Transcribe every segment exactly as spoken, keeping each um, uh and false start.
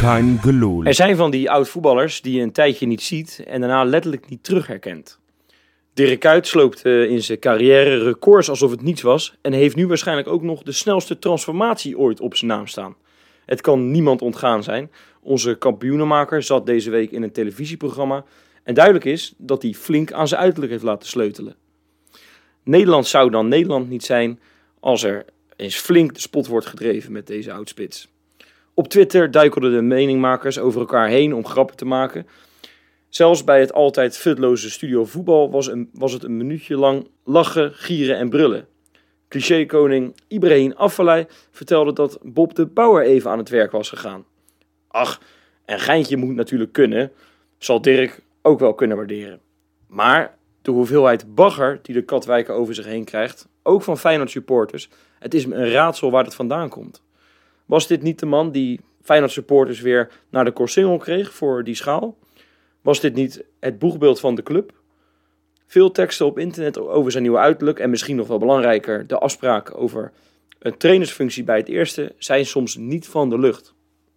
Kein gelul. Er zijn van die oud-voetballers die je een tijdje niet ziet en daarna letterlijk niet terugherkent. Dirk Kuyt sloopt uh, in zijn carrière records alsof het niets was en heeft nu waarschijnlijk ook nog de snelste transformatie ooit op zijn naam staan. Het kan niemand ontgaan zijn. Onze kampioenenmaker zat deze week in een televisieprogramma en duidelijk is dat hij flink aan zijn uiterlijk heeft laten sleutelen. Nederland zou dan Nederland niet zijn als er eens flink de spot wordt gedreven met deze oudspits. Op Twitter duikelden de meningmakers over elkaar heen om grappen te maken. Zelfs bij het altijd futloze Studio Voetbal was, een, was het een minuutje lang lachen, gieren en brullen. Clichékoning Ibrahim Afellay vertelde dat Bob de Bouwer even aan het werk was gegaan. Ach, een geintje moet natuurlijk kunnen, zal Dirk ook wel kunnen waarderen. Maar de hoeveelheid bagger die de Katwijker over zich heen krijgt, ook van Feyenoord supporters, het is me een raadsel waar het vandaan komt. Was dit niet de man die Feyenoord supporters weer naar de Korsingel kreeg voor die schaal? Was dit niet het boegbeeld van de club? Veel teksten op internet over zijn nieuwe uiterlijk en misschien nog wel belangrijker, de afspraak over een trainersfunctie bij het eerste zijn soms niet van de lucht.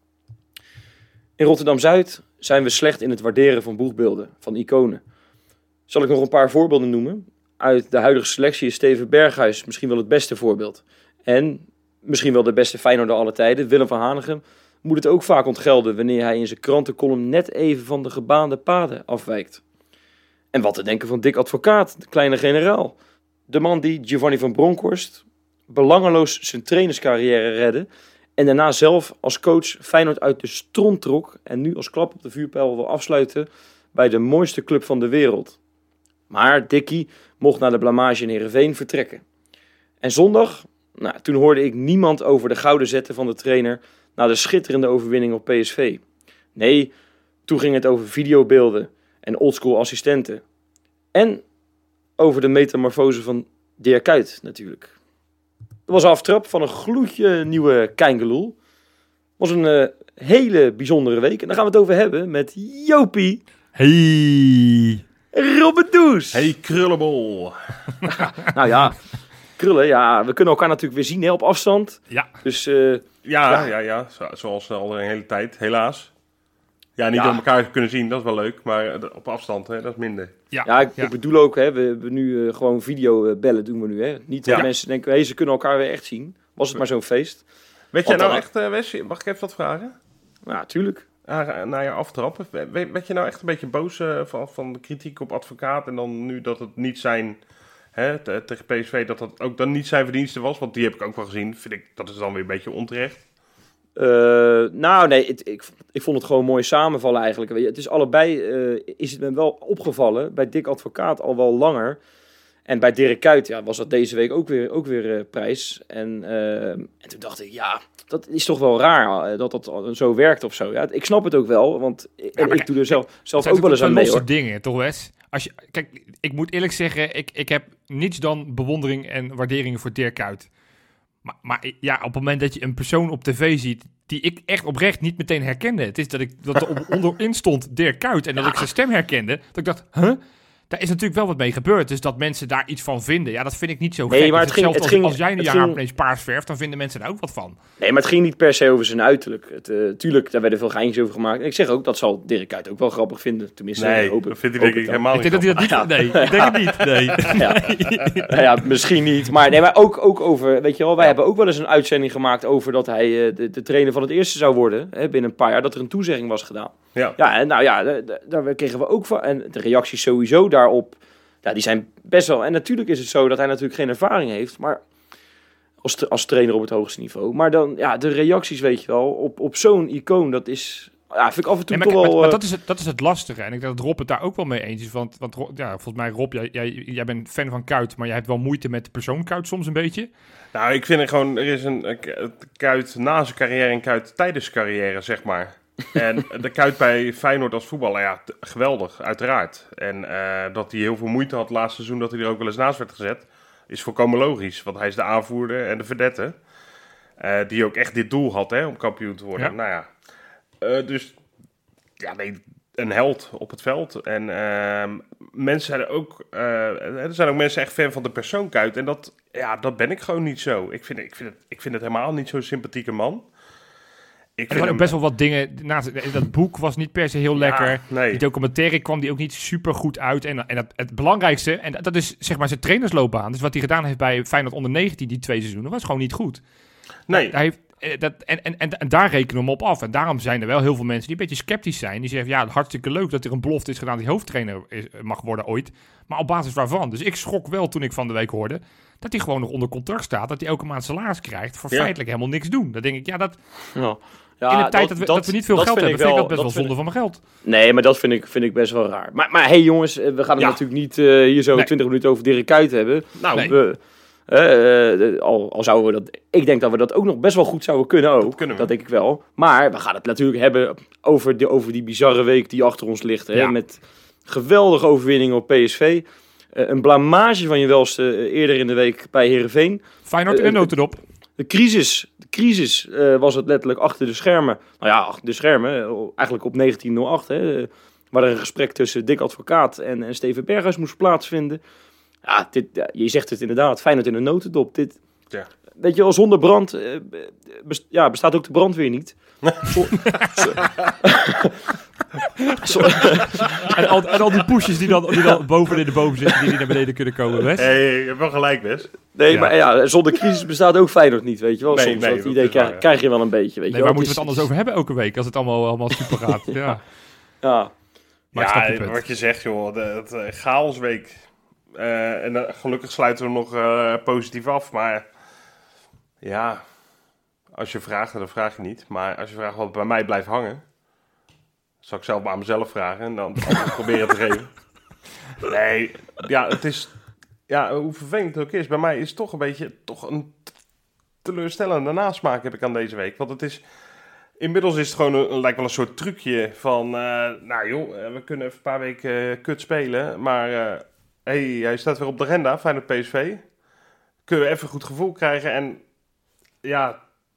In Rotterdam-Zuid zijn we slecht in het waarderen van boegbeelden, van iconen. Zal ik nog een paar voorbeelden noemen? Uit de huidige selectie is Steven Berghuis misschien wel het beste voorbeeld. En misschien wel de beste Feyenoorder aller tijden, Willem van Hanegem, moet het ook vaak ontgelden wanneer hij in zijn krantencolumn net even van de gebaande paden afwijkt. En wat te denken van Dick Advocaat, de kleine generaal. De man die Giovanni van Bronckhorst belangeloos zijn trainerscarrière redde en daarna zelf als coach Feyenoord uit de stront trok en nu als klap op de vuurpijl wil afsluiten bij de mooiste club van de wereld. Maar Dickie mocht na de blamage in Heerenveen vertrekken. En zondag, nou, toen hoorde ik niemand over de gouden zetten van de trainer na de schitterende overwinning op P S V. Nee, toen ging het over videobeelden en oldschool assistenten. En over de metamorfose van Dirk Kuyt natuurlijk. Dat was een aftrap van een gloedje nieuwe Keingeloel. Was een uh, hele bijzondere week. En daar gaan we het over hebben met Jopie. Hey. Robert Does. Hey krullenbol. Nou ja, krullen, ja, we kunnen elkaar natuurlijk weer zien hè, op afstand. Ja. Dus uh, Ja, Ja. ja, ja. Zo, zoals al een hele tijd, helaas. Ja, niet Ja. dat we elkaar kunnen zien, dat is wel leuk. Maar op afstand, hè, dat is minder. Ja, ja, ik, ja. ik bedoel ook, hè, we hebben nu uh, gewoon video uh, bellen doen we nu. Hè. Niet dat Ja. mensen denken, hey, ze kunnen elkaar weer echt zien. Was het maar zo'n feest. Weet jij Want nou dan- echt, uh, Wes, mag ik even wat vragen? Ja, tuurlijk. Ah, na je aftrap, werd werd je nou echt een beetje boos uh, van, van de kritiek op Advocaat en dan nu dat het niet zijn, hè, te- tegen P S V, dat dat ook dan niet zijn verdienste was? Want die heb ik ook wel gezien, vind ik, dat is dan weer een beetje onterecht. Uh, nou, nee, het, ik, ik vond het gewoon mooi samenvallen eigenlijk. Weet je, het is allebei, uh, is het me wel opgevallen, bij Dick Advocaat al wel langer. En bij Dirk Kuyt ja, was dat deze week ook weer, ook weer uh, prijs. En, uh, en toen dacht ik, ja, dat is toch wel raar uh, dat dat zo werkt of zo. Ja, ik snap het ook wel, want ik, Ja, en maar ik doe er zelf, zelf Het ook wel eens aan mee, losse hoor. dingen, toch Wes? Als je, kijk, ik moet eerlijk zeggen, ik, ik heb niets dan bewondering en waardering voor Dirk Kuyt. Maar, maar ja, op het moment dat je een persoon op tv ziet die ik echt oprecht niet meteen herkende. Het is dat ik dat er op, onderin stond Dirk Kuyt en dat ik zijn stem herkende. Dat ik dacht, huh? Daar is natuurlijk wel wat mee gebeurd. Dus dat mensen daar iets van vinden, ja, dat vind ik niet zo Nee, gek. maar Dus het ging- hetzelfde het als, ging- als jij nu het je haar ging- opeens paars verft, dan vinden mensen daar ook wat van. Nee, maar het ging niet per se over zijn uiterlijk. Het, uh, tuurlijk, daar werden veel geintjes over gemaakt. En ik zeg ook, dat zal Dirk Kuyt ook wel grappig vinden. Tenminste, Nee, hoop ik. dat vindt hij hoop denk ik dan. helemaal Ik niet. denk dat hij dat niet... Nee, ik denk het niet. Nee. Ja. Nou ja, misschien niet. Maar, nee, maar ook, ook over, weet je wel, wij Ja. hebben ook wel eens een uitzending gemaakt over dat hij uh, de, de trainer van het eerste zou worden. Hè, binnen een paar jaar, dat er een toezegging was gedaan. Ja. Ja, en nou ja, da- da- daar kregen we ook van. En de reacties sowieso daarop, ja, die zijn best wel... En natuurlijk is het zo dat hij natuurlijk geen ervaring heeft, maar als, tra- als trainer op het hoogste niveau. Maar dan, ja, de reacties, weet je wel, op, op zo'n icoon, dat is... Ja, vind ik af en toe Nee, maar, toch kijk, wel... maar, maar uh, dat, is het, dat is het lastige. En ik denk dat Rob het daar ook wel mee eens is. Want, want Ro- ja, volgens mij, Rob, jij, jij, jij bent fan van Kuyt, maar jij hebt wel moeite met de persoon Kuyt soms een beetje. Nou, ik vind er gewoon, er is een, een Kuyt na zijn carrière en Kuyt tijdens zijn carrière, zeg maar. En de Kuyt bij Feyenoord als voetballer, ja, t- geweldig, uiteraard. En uh, dat hij heel veel moeite had laatst seizoen, dat hij er ook wel eens naast werd gezet, is volkomen logisch. Want hij is de aanvoerder en de verdette, uh, die ook echt dit doel had, hè, om kampioen te worden. Ja. Nou ja, uh, dus, ja, nee, een held op het veld. En uh, mensen zijn ook, uh, er zijn ook mensen echt fan van de persoon Kuyt. En dat, ja, dat ben ik gewoon niet zo. Ik vind, ik vind, het, ik vind het helemaal niet zo'n sympathieke man. Ik er waren ook best wel wat dingen. Naast, dat boek was niet per se heel lekker. Ja, nee. Die documentaire kwam die ook niet super goed uit. En, en dat, het belangrijkste, en dat, dat is zeg maar zijn trainersloopbaan. Dus wat hij gedaan heeft bij Feyenoord onder negentien, die twee seizoenen, was gewoon niet goed. Nee. Hij heeft, dat, en, en, en, en daar rekenen we hem op af. En daarom zijn er wel heel veel mensen die een beetje sceptisch zijn. Die zeggen, ja, hartstikke leuk dat er een belofte is gedaan die hoofdtrainer is, mag worden ooit. Maar op basis waarvan? Dus ik schrok wel toen ik van de week hoorde dat hij gewoon nog onder contract staat. Dat hij elke maand salaris krijgt voor ja. feitelijk helemaal niks doen. Dan denk ik, ja, dat... Ja. Ja, in de tijd dat, dat we, dat, dat we niet veel dat geld vind hebben, ik vind ik wel, dat best wel dat zonde van mijn geld. Nee, maar dat vind ik, vind ik best wel raar. Maar, maar hey jongens, we gaan het Ja. natuurlijk niet uh, hier zo Nee. twintig minuten over Dirk Kuyt hebben. Nou, Nee. We, uh, uh, al, al zouden we dat... Ik denk dat we dat ook nog best wel goed zouden kunnen ook. Dat kunnen we. Dat denk ik wel. Maar we gaan het natuurlijk hebben over, de, over die bizarre week die achter ons ligt. Hè, Ja. met geweldige overwinning op P S V. Uh, een blamage van je welste uh, eerder in de week bij Heerenveen. Feyenoord in de Uh, notendop. De crisis, de crisis uh, was het letterlijk achter de schermen. Nou ja, achter de schermen, uh, eigenlijk op negentien nul acht. Hè, uh, waar er een gesprek tussen Dick Advocaat en, en Steven Berghuis moest plaatsvinden. Ja, dit, ja, je zegt het inderdaad, Feyenoord in de notendop. Dit, Ja. Weet je wel, zonder brand uh, best, ja, bestaat ook de brandweer niet. Zo, zo, zo, En al, en al die poesjes die dan, die dan boven in de boom zitten, die niet naar beneden kunnen komen, Wes. Hey, je hebt wel gelijk, Wes. nee, Ja. maar ja, zonder crisis bestaat ook Feyenoord niet, weet je wel. Nee, Soms nee, dat dat idee is waar, krijg, ja. krijg je wel een beetje, weet Nee, je waar wel. moeten we het anders over hebben elke week, als het allemaal, allemaal super gaat. Ja. Ja, Maar ik snap je Ja, punt. wat je zegt, joh. De, het uh, chaosweek. Uh, en uh, gelukkig sluiten we nog uh, positief af. Maar ja, als je vraagt, dan vraag je niet. Maar als je vraagt wat bij mij blijft hangen, zal ik zelf maar aan mezelf vragen en dan antwoord proberen te geven. Nee, ja, het is... Ja, hoe vervelend het ook is, bij mij is het toch een beetje... Toch een teleurstellende nasmaak heb ik aan deze week. Want het is... Inmiddels is het gewoon een, lijkt wel een soort trucje van... Uh, nou joh, we kunnen even een paar weken uh, kut spelen. Maar uh, hey, hij staat weer op de agenda, Feyenoord P S V. Kunnen we even een goed gevoel krijgen. En ja,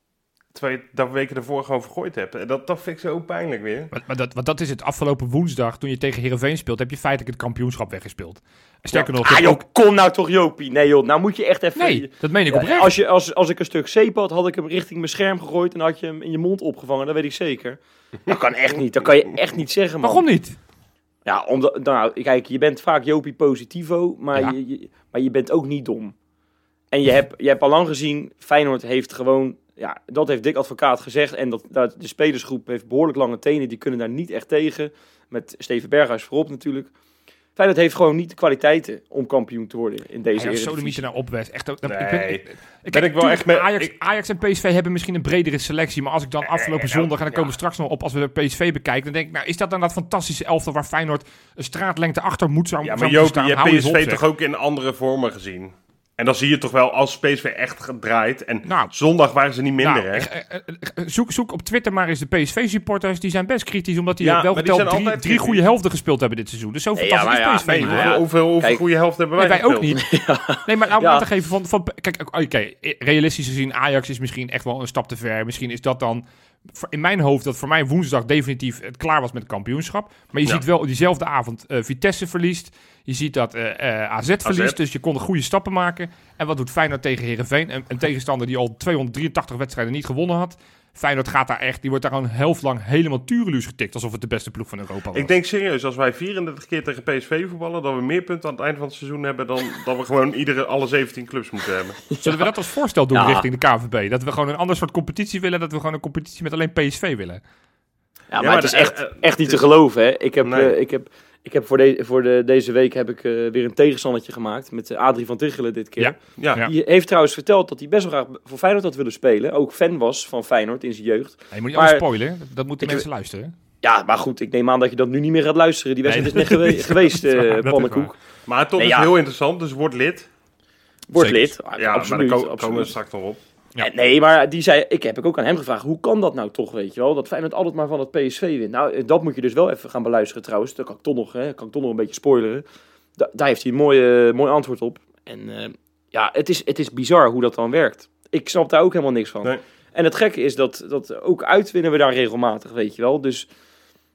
twee dat weken ervoor gewoon vergooid hebt. Dat, dat vind ik zo pijnlijk weer. Maar, maar dat, want dat is het. Afgelopen woensdag, toen je tegen Heerenveen speelt, heb je feitelijk het kampioenschap weggespeeld. Sterker Ja. nog... ah, je joh, ook, kom nou toch Jopie. Nee joh, nou moet je echt even... nee, dat meen ik Ja, oprecht. als, je, als, als ik een stuk zeep had, had ik hem richting mijn scherm gegooid en had je hem in je mond opgevangen, dat weet ik zeker. Dat kan echt niet, dat kan je echt niet zeggen, man. Waarom niet? Ja, omdat, nou, kijk, je bent vaak Jopie positivo, maar, Ja. je, je, maar je bent ook niet dom. En je hebt, je hebt al lang gezien, Feyenoord heeft gewoon, ja, dat heeft Dick Advocaat gezegd en dat, dat de spelersgroep heeft behoorlijk lange tenen, die kunnen daar niet echt tegen, met Steven Berghuis voorop natuurlijk. Feyenoord heeft gewoon niet de kwaliteiten om kampioen te worden in deze Ja, Eredivisie. Sodemieten naar opwest. Echt, dat- ik ben, Nee. ik, ik, Ben ik wel tuurlijk, echt met- Ajax, ik- Ajax en P S V hebben misschien een bredere selectie. Maar als ik dan afgelopen nou, zondag, en dan ja. komen we straks nog op als we de P S V bekijken, dan denk ik, nou, is dat dan dat fantastische elftal waar Feyenoord een straatlengte achter moet zou, Ja, zou maar moeten Jopie, staan? je Hou hebt eens P S op, V zeg. toch ook in andere vormen gezien? En dan zie je toch wel als P S V echt gedraaid. En Nou. zondag waren ze niet minder, Nou, hè? eh, eh, eh, zoek, zoek op Twitter maar eens de P S V-supporters. Die zijn best kritisch, omdat die Ja, wel maar die geteld zijn drie, altijd drie kritisch. goede helften gespeeld hebben dit seizoen. Dus zo Nee, fantastisch ja, maar is P S V ja, niet. nee, hoor. maar ja. hoeveel hoeveel Kijk. goede helft hebben wij Nee, wij ook gespeeld? niet. Nee, maar nou, Ja. laat ik even van... van kijk, oké, realistisch gezien, Ajax is misschien echt wel een stap te ver. Misschien is dat dan... voor- in mijn hoofd dat voor mij woensdag definitief het klaar was met het kampioenschap. Maar je Ja. ziet wel diezelfde avond eh, Vitesse verliest. Je ziet dat eh, eh, A Z verliest. Dus je kon goede stappen maken. En wat doet Feyenoord tegen Heerenveen? Een, een tegenstander die al tweehonderddrieëntachtig wedstrijden niet gewonnen had. Feyenoord gaat daar echt... Die wordt daar gewoon een helft lang helemaal tureluus getikt. Alsof het de beste ploeg van Europa was. Ik denk serieus, als wij vierendertig keer tegen P S V voetballen, dat we meer punten aan het eind van het seizoen hebben dan dat we gewoon iedere, alle zeventien clubs moeten hebben. Zullen we dat als voorstel doen Ja. richting de K N V B? Dat we gewoon een ander soort competitie willen. Dat we gewoon een competitie met alleen P S V willen. Ja, maar, maar het is de- echt, eh, eh, echt niet het te is- geloven, hè. Ik heb, Nee. eh, ik heb, ik heb voor, de, voor de, deze week heb ik eh, weer een tegenstandertje gemaakt met uh, Adrie van Tichelen dit keer. Ja. Ja, Ja. Die heeft trouwens verteld dat hij best wel graag voor Feyenoord had willen spelen. Ook fan was van Feyenoord in zijn jeugd. Nee, je moet niet Maar- alles spoilen. Dat, dat moeten Ik- mensen luisteren. Ja, maar goed, ik neem aan dat je dat nu niet meer gaat luisteren. Die wedstrijd Nee, is net gewe- geweest, dat is waar, eh dat is pannenkoek. maar toch Nee, is ja. heel interessant, dus word lid. Wordt Zeker. lid. Ja, absoluut. maar daar ko- komen absoluut. we straks nog op. Ja. En nee, maar die zei, ik heb ik ook aan hem gevraagd, hoe kan dat nou toch, weet je wel? Dat Feyenoord altijd maar van het P S V wint. Nou, dat moet je dus wel even gaan beluisteren trouwens. Dat kan ik toch nog, hè, kan ik toch nog een beetje spoileren. Da- daar heeft hij een mooi, uh, mooi antwoord op. En uh, ja, het is, het is bizar hoe dat dan werkt. Ik snap daar ook helemaal niks van. Nee. En het gekke is dat, dat ook uitwinnen we daar regelmatig, weet je wel. Dus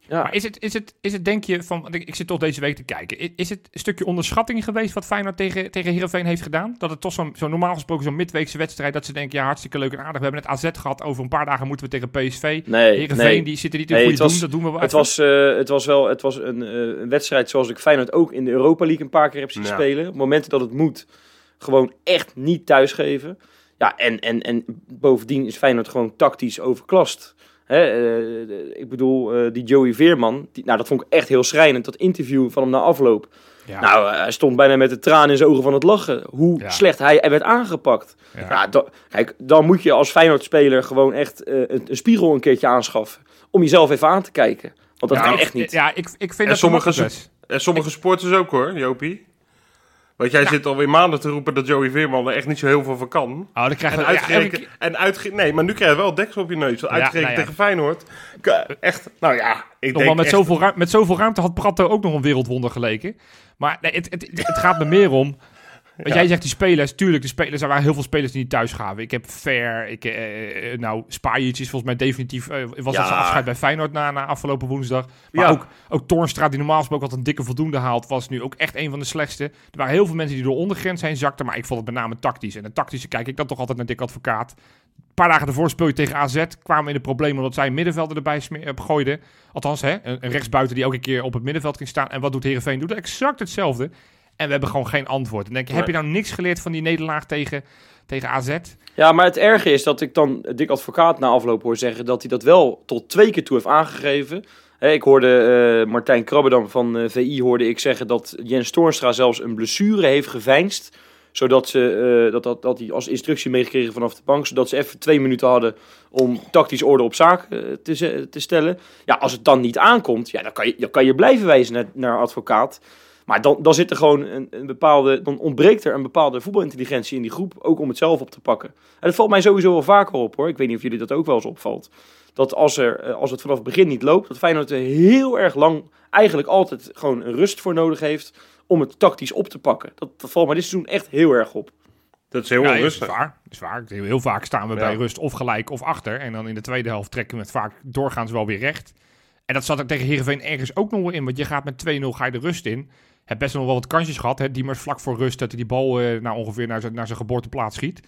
Ja. Maar is het, is, het, is het, denk je, van, want ik, ik zit toch deze week te kijken. Is, is het een stukje onderschatting geweest wat Feyenoord tegen, tegen Heerenveen heeft gedaan? Dat het toch zo'n zo normaal gesproken zo'n midweekse wedstrijd, dat ze denken, ja, hartstikke leuk en aardig. We hebben net A Z gehad, over een paar dagen moeten we tegen P S V. Nee, Heerenveen, nee. die zitten niet in Nee, goede het was- doen, dat doen we wel Het even. was, eh, het was wel het was een, eh, een wedstrijd zoals ik Feyenoord ook in de Europa League een paar keer heb zien Ja. spelen. Op momenten dat het moet, gewoon echt niet thuisgeven. Ja, en, en, en bovendien is Feyenoord gewoon tactisch overklast. Hè, eh, ik bedoel, eh, die Joey Veerman, die, nou, dat vond ik echt heel schrijnend. Dat interview van hem na afloop. Ja. Nou, eh, hij stond bijna met de tranen in zijn ogen van het lachen. Hoe Ja. slecht hij werd aangepakt. Ja. Ja, da- kijk, dan moet je als Feyenoord-speler gewoon echt eh, een, een spiegel een keertje aanschaffen. Om jezelf even aan te kijken. Want dat Ja, kan ik- echt niet. Ja, ik, ik vind En dat sommige, sommige... su- en sommige sporters ook hoor, Jopie. Want jij Ja. zit alweer maanden te roepen dat Joey Veerman er echt niet zo heel veel van kan. Oh, dan krijgen En we... Ja, uitgerekend, elke- en uitge- nee, maar nu krijg je wel deksel op je neus. Want Ja, uitgerekend nou ja. tegen Feyenoord. Ka- Echt, nou ja, ik Nogmaals, denk met, echt... zoveel ruim, met zoveel ruimte had Prato ook nog een wereldwonder geleken. Maar nee, het, het, het gaat me meer om... Want Ja. jij zegt die spelers, tuurlijk, de spelers, er waren heel veel spelers die niet thuis gaven. Ik heb Ver, ik, eh, eh, nou, Spajic is volgens mij definitief, eh, was Ja. dat zijn afscheid bij Feyenoord na, na afgelopen woensdag. Maar Ja. ook, ook Toornstra, die normaal gesproken altijd een dikke voldoende haalt, was nu ook echt een van de slechtste. Er waren heel veel mensen die door ondergrens heen zakten, maar ik vond het met name tactisch. En de tactische kijk ik dan toch altijd naar Dick Advocaat. Een paar dagen ervoor speel je tegen A Z, kwamen we in de problemen omdat zij een middenvelder erbij sme- eh, gooiden. Althans, hè, een, een rechtsbuiten die elke keer op het middenveld ging staan. En wat doet Heerenveen? Doet exact hetzelfde. En we hebben gewoon geen antwoord. En dan denk je, heb je nou niks geleerd van die nederlaag tegen, tegen A Z? Ja, maar het erge is dat ik dan Dick Advocaat na afloop hoor zeggen dat hij dat wel tot twee keer toe heeft aangegeven. Hè, ik hoorde uh, Martijn Krabbedam van uh, V I hoorde ik zeggen dat Jens Toornstra zelfs een blessure heeft geveinsd. Zodat ze, uh, dat, dat, dat hij als instructie meegekregen vanaf de bank. Zodat ze even twee minuten hadden om tactisch orde op zaken uh, te, te stellen. Ja, als het dan niet aankomt, ja, dan, kan je, dan kan je blijven wijzen naar, naar Advocaat. Maar dan, dan zit er gewoon een, een bepaalde, dan ontbreekt er een bepaalde voetbalintelligentie in die groep, ook om het zelf op te pakken. En dat valt mij sowieso wel vaker op hoor. Ik weet niet of jullie dat ook wel eens opvalt. Dat als, er, als het vanaf het begin niet loopt, dat Feyenoord er heel erg lang eigenlijk altijd gewoon een rust voor nodig heeft om het tactisch op te pakken. Dat, dat valt mij dit seizoen echt heel erg op. Dat is heel Ja, onrustig. Dat is waar. Dat is waar. Heel vaak staan we Ja. bij rust of gelijk of achter. En dan in de tweede helft trekken we het vaak doorgaans wel weer recht. En dat zat er tegen Heerenveen ergens ook nog wel in. Want je gaat met twee nul ga je de rust in. Heb best nog wel wat kansjes gehad. Hè? Diemers vlak voor rust dat hij die bal uh, nou ongeveer naar zijn, naar zijn geboorteplaats schiet.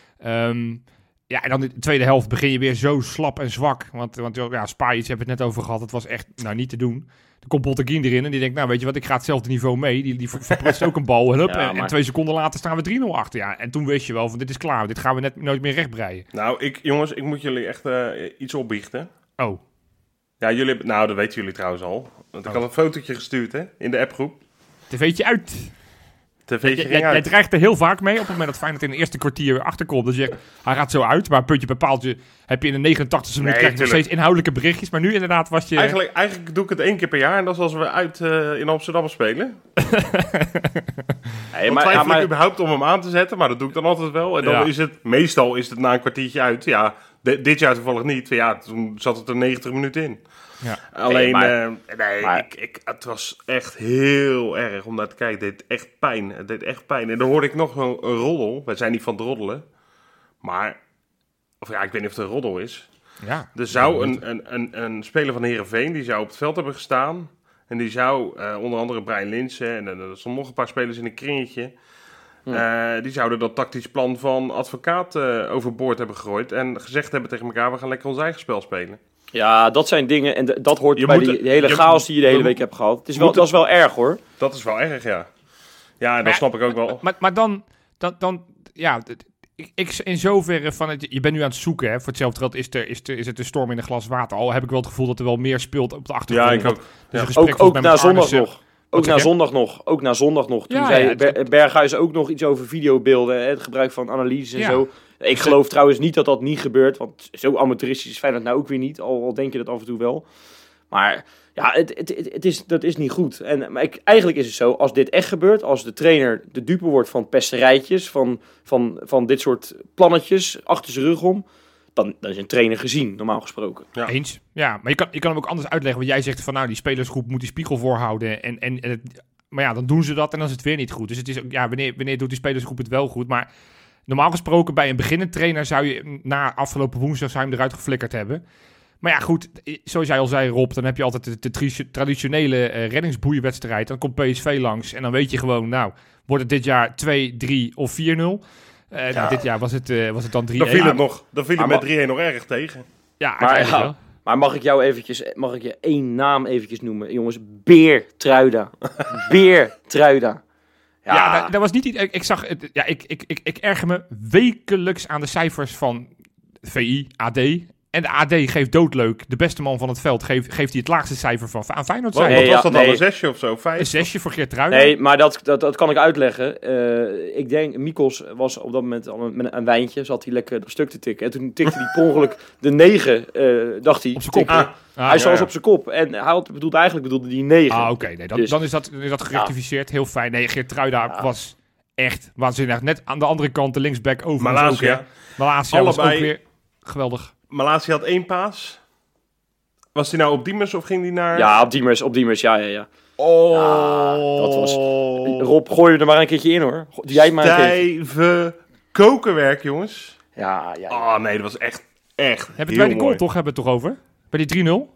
Um, ja, en dan in de tweede helft begin je weer zo slap en zwak. Want, want ja, Spajic hebben we het net over gehad. Het was echt nou niet te doen. Dan komt Botteguin erin en die denkt, nou weet je wat, ik ga hetzelfde niveau mee. Die, die verprutst ook een bal. En, hup, Ja, en, maar- en twee seconden later staan we drie nul achter. Ja, en toen wist je wel van dit is klaar. Dit gaan we net nooit meer rechtbreien. Nou, ik, jongens, ik moet jullie echt uh, iets opbiechten. Oh. Ja, jullie hebben, nou, dat weten jullie trouwens al. Want ik Oh. had een fotootje gestuurd, hè, in de appgroep. tv'tje uit. tv'tje Jij, ging jij, jij uit. dreigt er heel vaak mee op het moment dat Feyenoord in de eerste kwartier weer achterkomt. Dus je zegt, hij gaat zo uit. Maar puntje bij paaltje heb je in de negenentachtigste minuut Nee, krijg je nog tuurlijk. steeds inhoudelijke berichtjes. Maar nu inderdaad was je... Eigenlijk, eigenlijk doe ik het één keer per jaar. En dat is als we uit uh, in Amsterdam spelen. Nee, Dan maar, ja, twijfel maar, ik überhaupt om hem aan te zetten. Maar dat doe ik dan altijd wel. En dan Ja. is het, meestal is het na een kwartiertje uit. Ja, de- dit jaar toevallig niet. Ja, toen zat het er negentig minuten in. Ja. Alleen, Nee, maar- eh, nee, maar- ik, ik, het was echt heel erg om naar te kijken. Het deed echt pijn. Het deed echt pijn. En dan hoorde ik nog een, een roddel. Wij zijn niet van het roddelen. Maar, of ja, ik weet niet of het een roddel is. Ja. Er zou een, een, een, een speler van Heerenveen, die zou op het veld hebben gestaan. En die zou, uh, onder andere Brian Linssen, en uh, er stonden nog een paar spelers in een kringetje. Uh, die zouden dat tactisch plan van Advocaat uh, overboord hebben gegooid. En gezegd hebben tegen elkaar, we gaan lekker ons eigen spel spelen. ja, dat zijn dingen en d- dat hoort Je bij moet- die, die hele je- chaos die je de hele we- week hebt gehad. Het is wel, moet- dat is wel erg hoor. Dat is wel erg, ja. Ja, en dat Maar- snap ik ook wel. Maar, maar dan, dan, dan ja, d- ik, ik in zoverre van het, je bent nu aan het zoeken, hè. Voor hetzelfde geld is, er, is, er, is het een storm in een glas water. Al heb ik wel het gevoel dat er wel meer speelt op de achtergrond. Ja, ik Want ook. er is Ja. een gesprek Ook, volgens ook mij na met zondag Arnissen. nog. Ook zeg na je? zondag nog. Ook na zondag nog. Toen Ja, zei ja, Ber- Berghuis ook nog iets over videobeelden. Hè, het gebruik van analyses en Ja. zo. Ik geloof trouwens niet dat dat niet gebeurt. Want zo amateuristisch is Feyenoord nou ook weer niet. Al, al denk je dat af en toe wel. Maar ja, het, het, het, het is, dat is niet goed. En maar ik, eigenlijk is het zo, als dit echt gebeurt, als de trainer de dupe wordt van pesterijtjes, van, van, van dit soort plannetjes achter zijn rug om, dan, dan is een trainer gezien, normaal gesproken. Ja. Eens. Ja, maar je kan, je kan hem ook anders uitleggen. Want jij zegt van nou, die spelersgroep moet die spiegel voorhouden. En, en, en het, maar ja, dan doen ze dat en dan is het weer niet goed. Dus het is ook, ja, wanneer, wanneer doet die spelersgroep het wel goed? Maar normaal gesproken bij een beginnend trainer zou je na afgelopen woensdag zou je hem eruit geflikkerd hebben. Maar ja, goed, zoals jij al zei, Rob, dan heb je altijd de, de tri- traditionele uh, reddingsboeienwedstrijd. Dan komt P S V langs en dan weet je gewoon, nou, wordt het dit jaar twee, drie of vier nul? Uh, ja. nou, dit jaar was het, uh, was het dan drie één. Dan viel het, nog, dan viel het met drie één nog erg tegen. Ja, maar, ja, maar mag ik jou eventjes, mag ik je één naam eventjes noemen? Jongens, Beertruida. Beertruida. Ja, ja dat, dat was niet... Ik, ik zag... Het, ja, ik, ik, ik, ik erger me wekelijks aan de cijfers van V I, A D. En de A D geeft doodleuk. De beste man van het veld geeft, geeft hij het laagste cijfer van aan Feyenoord. Wat, Nee, wat was ja, dat nee. dan? Een zesje of zo? Vijf? Een zesje voor Geertruida. Nee, maar dat, dat, dat kan ik uitleggen. Uh, ik denk, Mikos was op dat moment al met een wijntje. Zat hij lekker op stuk te tikken. En toen tikte hij per ongeluk de negen, uh, dacht hij. Op zijn kop. Ah, ah, hij zat ja, ja. op zijn kop. En hij had, bedoelde, eigenlijk bedoelde hij negen. Ah, oké. Okay. Nee, dan, dus, dan is dat, is dat gerectificeerd. Ja. Heel fijn. Nee, Geertruida ja. was echt waanzinnig. Net aan de andere kant de linksback over. Malasia. Malasia was ook weer geweldig. Malasia had één paas. Was hij nou op Diemers of ging hij naar... Ja, op Diemers, op Diemers, ja, ja, ja. Oh. Ja, dat was... Rob, gooi je er maar een keertje in, hoor. Doe jij maar een keertje. Stijve kokenwerk, jongens. Ja, ja, ja. Oh, nee, dat was echt, echt Hebben we bij die goal toch, hebben we het toch over? Bij die drie nul?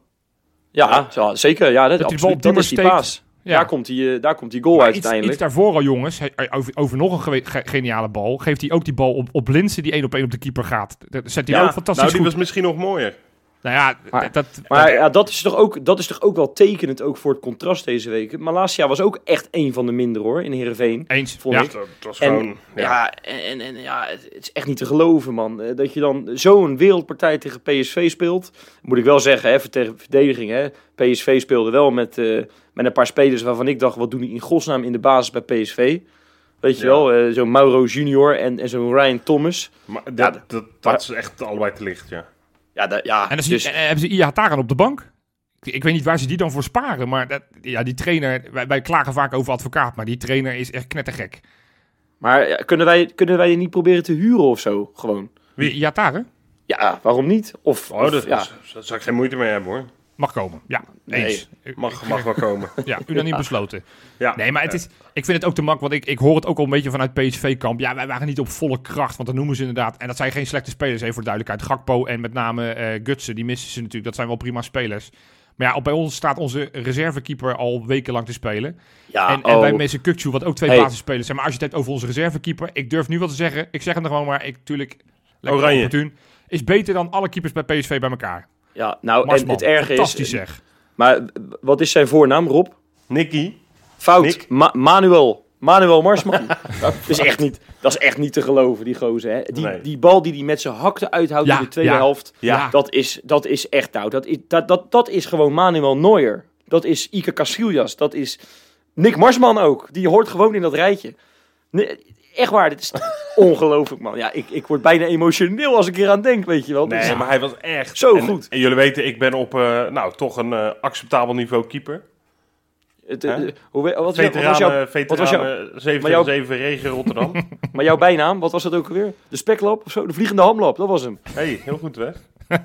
Ja, ja, zeker. Ja, dat, dat absoluut, die dat is die paas. Ja. Daar, komt die, daar komt die goal maar uit iets, uiteindelijk. Iets daarvoor al, jongens. Hij, over, over nog een gewe- ge- geniale bal. Geeft hij ook die bal op, op Linssen die één op één op de keeper gaat. Dat zet hij ja, ook fantastisch nou, die goed. was misschien nog mooier. Nou ja, maar, dat, maar dat, ja, dat, is toch ook, dat is toch ook wel tekenend ook voor het contrast deze week. Malasia was ook echt een van de minder, hoor, in Heerenveen. Eens, vond ja. ik. Dat was en, gewoon... Ja, ja, en, en ja, het, het is echt niet te geloven, man. Dat je dan zo'n wereldpartij tegen P S V speelt. Moet ik wel zeggen, hè, tegen verdediging. Hè. P S V speelde wel met, uh, met een paar spelers waarvan ik dacht, wat doen die in godsnaam in de basis bij P S V? Weet je ja. wel, uh, zo'n Mauro Junior en, en zo'n Ryan Thomas. Maar dat, ja, dat, dat, dat is echt allebei te licht, ja. Ja, da, ja, en dan dus... zie, en hebben ze Ihataren op de bank. Ik, ik weet niet waar ze die dan voor sparen, maar dat, ja, die trainer... Wij, wij klagen vaak over advocaat, maar die trainer is echt knettergek. Maar ja, kunnen wij, kunnen wij die niet proberen te huren of zo, gewoon? Wie, Ihataren? Ja, waarom niet? Of, oh, of, dat, ja. Daar zou ik geen moeite mee hebben, hoor. Mag komen, ja. Eens. Nee, mag, mag wel komen. Ja, unaniem ja. besloten. Ja. Nee, maar het is, ik vind het ook te mak, want ik, ik hoor het ook al een beetje vanuit P S V-kamp. Ja, wij waren niet op volle kracht, want dat noemen ze inderdaad. En dat zijn geen slechte spelers, even voor de duidelijkheid. Gakpo en met name uh, Gutsen, die missen ze natuurlijk. Dat zijn wel prima spelers. Maar ja, op bij ons staat onze reservekeeper al wekenlang te spelen. Ja, en, oh. en bij Mason Kukçu, wat ook twee hey. basisspelers zijn. Maar als je het hebt over onze reservekeeper, ik durf nu wel te zeggen, ik zeg het nog gewoon maar, ik natuurlijk lekker Oranje. opportun, is beter dan alle keepers bij P S V bij elkaar. Ja, nou, Marsman, en het erge is... fantastisch zeg. Maar wat is zijn voornaam, Rob? Nicky. Fout. Nick. Ma- Manuel. Manuel Marsman. dat, is echt niet, dat is echt niet te geloven, die gozer. Hè? Die, Nee. die bal die hij met zijn hakte uithoudt Ja, in de tweede ja, helft. ja. Dat, is, dat is echt nou. Dat is, dat, dat, dat is gewoon Manuel Neuer. Dat is Iker Casillas. Dat is Nick Marsman ook. Die hoort gewoon in dat rijtje. Nee, echt waar, dit is ongelooflijk, man. Ja, ik, ik word bijna emotioneel als ik hier aan denk, weet je wel. Nee, Dus, maar hij was echt... Zo en, goed. En jullie weten, ik ben op uh, nou, toch een uh, acceptabel niveau keeper. Het, uh, hoe, wat, wat, veteraan, wat was jouw... veteraan wat was jouw zeven jouw, zeven regen Rotterdam. Maar jouw bijnaam, wat was dat ook alweer? De speklap of zo? De vliegende hamlap, dat was hem. Hey, heel goed weg.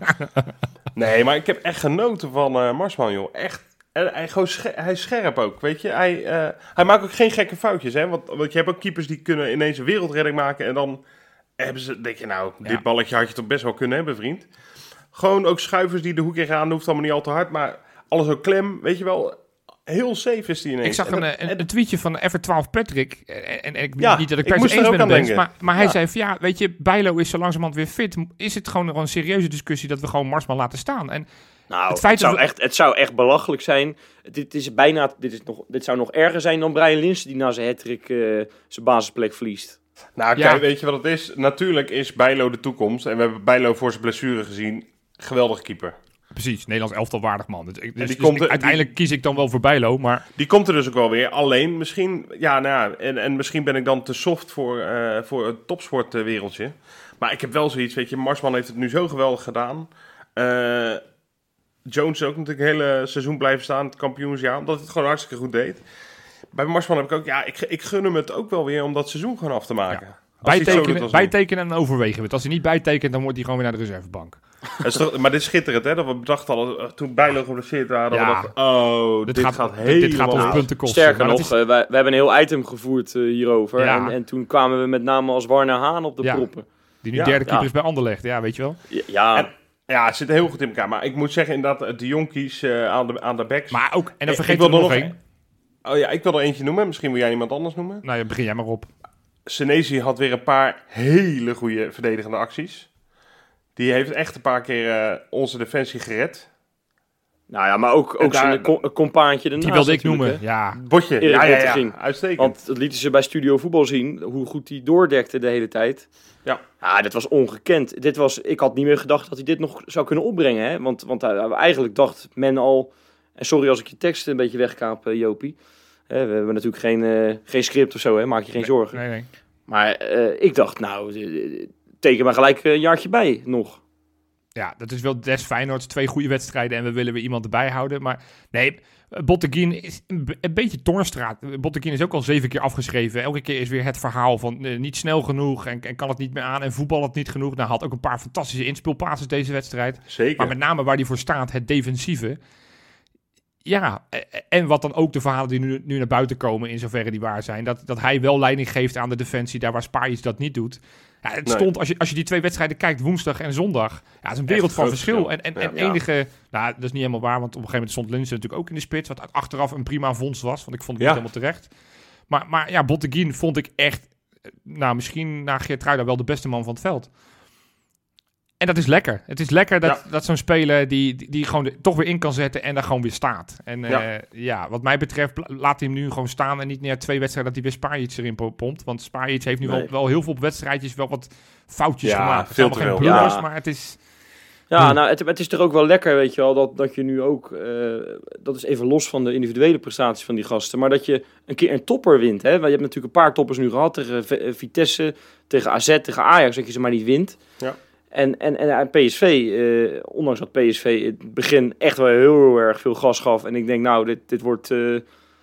Nee, maar ik heb echt genoten van uh, Marsman, joh. Echt. En hij, gewoon scher- hij is scherp ook, weet je. Hij, uh, hij maakt ook geen gekke foutjes, hè. Want, want je hebt ook keepers die kunnen ineens een wereldredding maken. En dan hebben ze, denk je nou, Ja. dit balletje had je toch best wel kunnen hebben, vriend. Gewoon ook schuivers die de hoek in gaan. Dat hoeft allemaal niet al te hard, maar alles ook klem, weet je wel. Heel safe is die ineens. Ik zag En een, dat- een, en- een tweetje van Ever twaalf Patrick. En, en ik Ja, niet dat ik ik per se moest er eens ook ben met aan hem, denken. maar, maar hij Ja. zei van ja, weet je, Bijlo is zo langzamerhand weer fit. Is het gewoon een serieuze discussie dat we gewoon Marsman laten staan? En Nou, Het het, feit dat zou we- echt, het zou echt belachelijk zijn. Dit, is bijna, dit, is nog, dit zou nog erger zijn dan Brian Linssen die na zijn hattrick uh, zijn basisplek verliest. Nou, Ja. kijk, weet je wat het is? Natuurlijk is Bijlo de toekomst. En we hebben Bijlo voor zijn blessure gezien. Geweldige keeper. precies, Nederlands elftal waardig man. Dus, ik- dus, die dus komt ik- er- uiteindelijk kies ik dan wel voor Bijlo, maar Die komt er dus ook wel weer. Alleen, misschien... Ja, nou ja, en, en misschien ben ik dan te soft voor, uh, voor het topsportwereldje. Maar ik heb wel zoiets, weet je. Marsman heeft het nu zo geweldig gedaan. Uh, Jones is ook natuurlijk het hele seizoen blijven staan. Het kampioensjaar. Omdat hij het gewoon hartstikke goed deed. Bij Marsman heb ik ook... Ja, ik, ik gun hem het ook wel weer om dat seizoen gewoon af te maken. Ja. Als hij het zo doet bijtekenen, als nu. bijtekenen en overwegen we het. Als hij niet bijtekent, dan wordt hij gewoon weer naar de reservebank. Het is toch, maar dit is schitterend, hè? Dat we bedachten al, uh, toen Bijlo geblesseerd waren, dat Ja. we dachten, oh, Dit, dit, gaat, gaat dit, helemaal... dit gaat ons Nou, punten kosten. Sterker Maar nog, dat is- uh, wij, we hebben een heel item gevoerd uh, hierover. Ja. En, en toen kwamen we met name als Warner Haan op de Ja. proppen. die nu Ja, derde keeper ja. is bij Anderlecht, ja, weet je wel. Ja, ja, En- Ja, het zit heel goed in elkaar. Maar ik moet zeggen inderdaad, de jonkies uh, aan, de, aan de backs. Maar ook, en dan Ik- vergeet ik ik wil er nog er één. Oh ja, ik wil er eentje noemen. Misschien wil jij iemand anders noemen. Nou ja, begin jij maar op. Senesi had weer een paar hele goede verdedigende acties. Die heeft echt een paar keer uh, onze defensie gered. Nou ja, maar ook, En ook daar- zijn co- compaantje ernaast. Die wilde ik natuurlijk, noemen. hè. Ja, Botje, Erik ja, ja, ja. Bottegien. Uitstekend. Want dat lieten ze bij Studio Voetbal zien, hoe goed hij doordekte de hele tijd. Ja. Ja, dit was ongekend. Dit was, ik had niet meer gedacht dat hij dit nog zou kunnen opbrengen. Hè? Want, want uh, eigenlijk dacht men al... En sorry als ik je tekst een beetje wegkaap, uh, Jopie. Hè, we hebben natuurlijk geen, uh, geen script of zo, hè? Maak je geen zorgen. nee, nee. Maar uh, ik dacht, nou, uh, teken maar gelijk een jaartje bij nog. Ja, dat is wel des Feyenoords. Twee goede wedstrijden en we willen weer iemand erbij houden. Maar nee, Botteguin is een, b- een beetje Toornstraat. Botteguin is ook al zeven keer afgeschreven. Elke keer is weer het verhaal van uh, niet snel genoeg en, en kan het niet meer aan en voetbal het niet genoeg. Nou, had ook een paar fantastische inspeelpasses deze wedstrijd. Zeker. Maar met name waar hij voor staat, het defensieve. Ja, e- en wat dan ook de verhalen die nu, nu naar buiten komen, in zoverre die waar zijn, dat, dat hij wel leiding geeft aan de defensie, daar waar Spajic dat niet doet. Ja, het Nee. stond, als je, als je die twee wedstrijden kijkt, woensdag en zondag, ja, het is een wereld Echt van groot verschil. verschil. En, en, Ja. en enige, nou, dat is niet helemaal waar, want op een gegeven moment stond Linssen natuurlijk ook in de spits, wat achteraf een prima vondst was, want ik vond het Ja. niet helemaal terecht. Maar, maar ja, Botteguin vond ik echt, eh, nou, misschien na Geertruida wel de beste man van het veld. En dat is lekker. Het is lekker dat, Ja. dat zo'n speler die, die, die gewoon er toch weer in kan zetten en daar gewoon weer staat. En ja, Ja. ja wat mij betreft, pla- laat hij hem nu gewoon staan en niet meer twee wedstrijden dat hij weer Spajic erin po- pompt. Want Spajic heeft nu Nee. wel, wel heel veel op wedstrijdjes wel wat foutjes Ja, gemaakt. Het veel zijn te allemaal geen veel. blunders, Ja. maar het is... Ja, Hmm. nou, het, het is toch ook wel lekker, weet je wel, dat, dat je nu ook, uh, dat is even los van de individuele prestaties van die gasten, maar dat je een keer een topper wint. Hè? Want je hebt natuurlijk een paar toppers nu gehad tegen V- Vitesse, tegen A Z, tegen Ajax, dat je ze maar niet wint. Ja. En, en, en P S V, uh, ondanks dat P S V in het begin echt wel heel, heel erg veel gas gaf. En ik denk, nou, dit, dit wordt uh,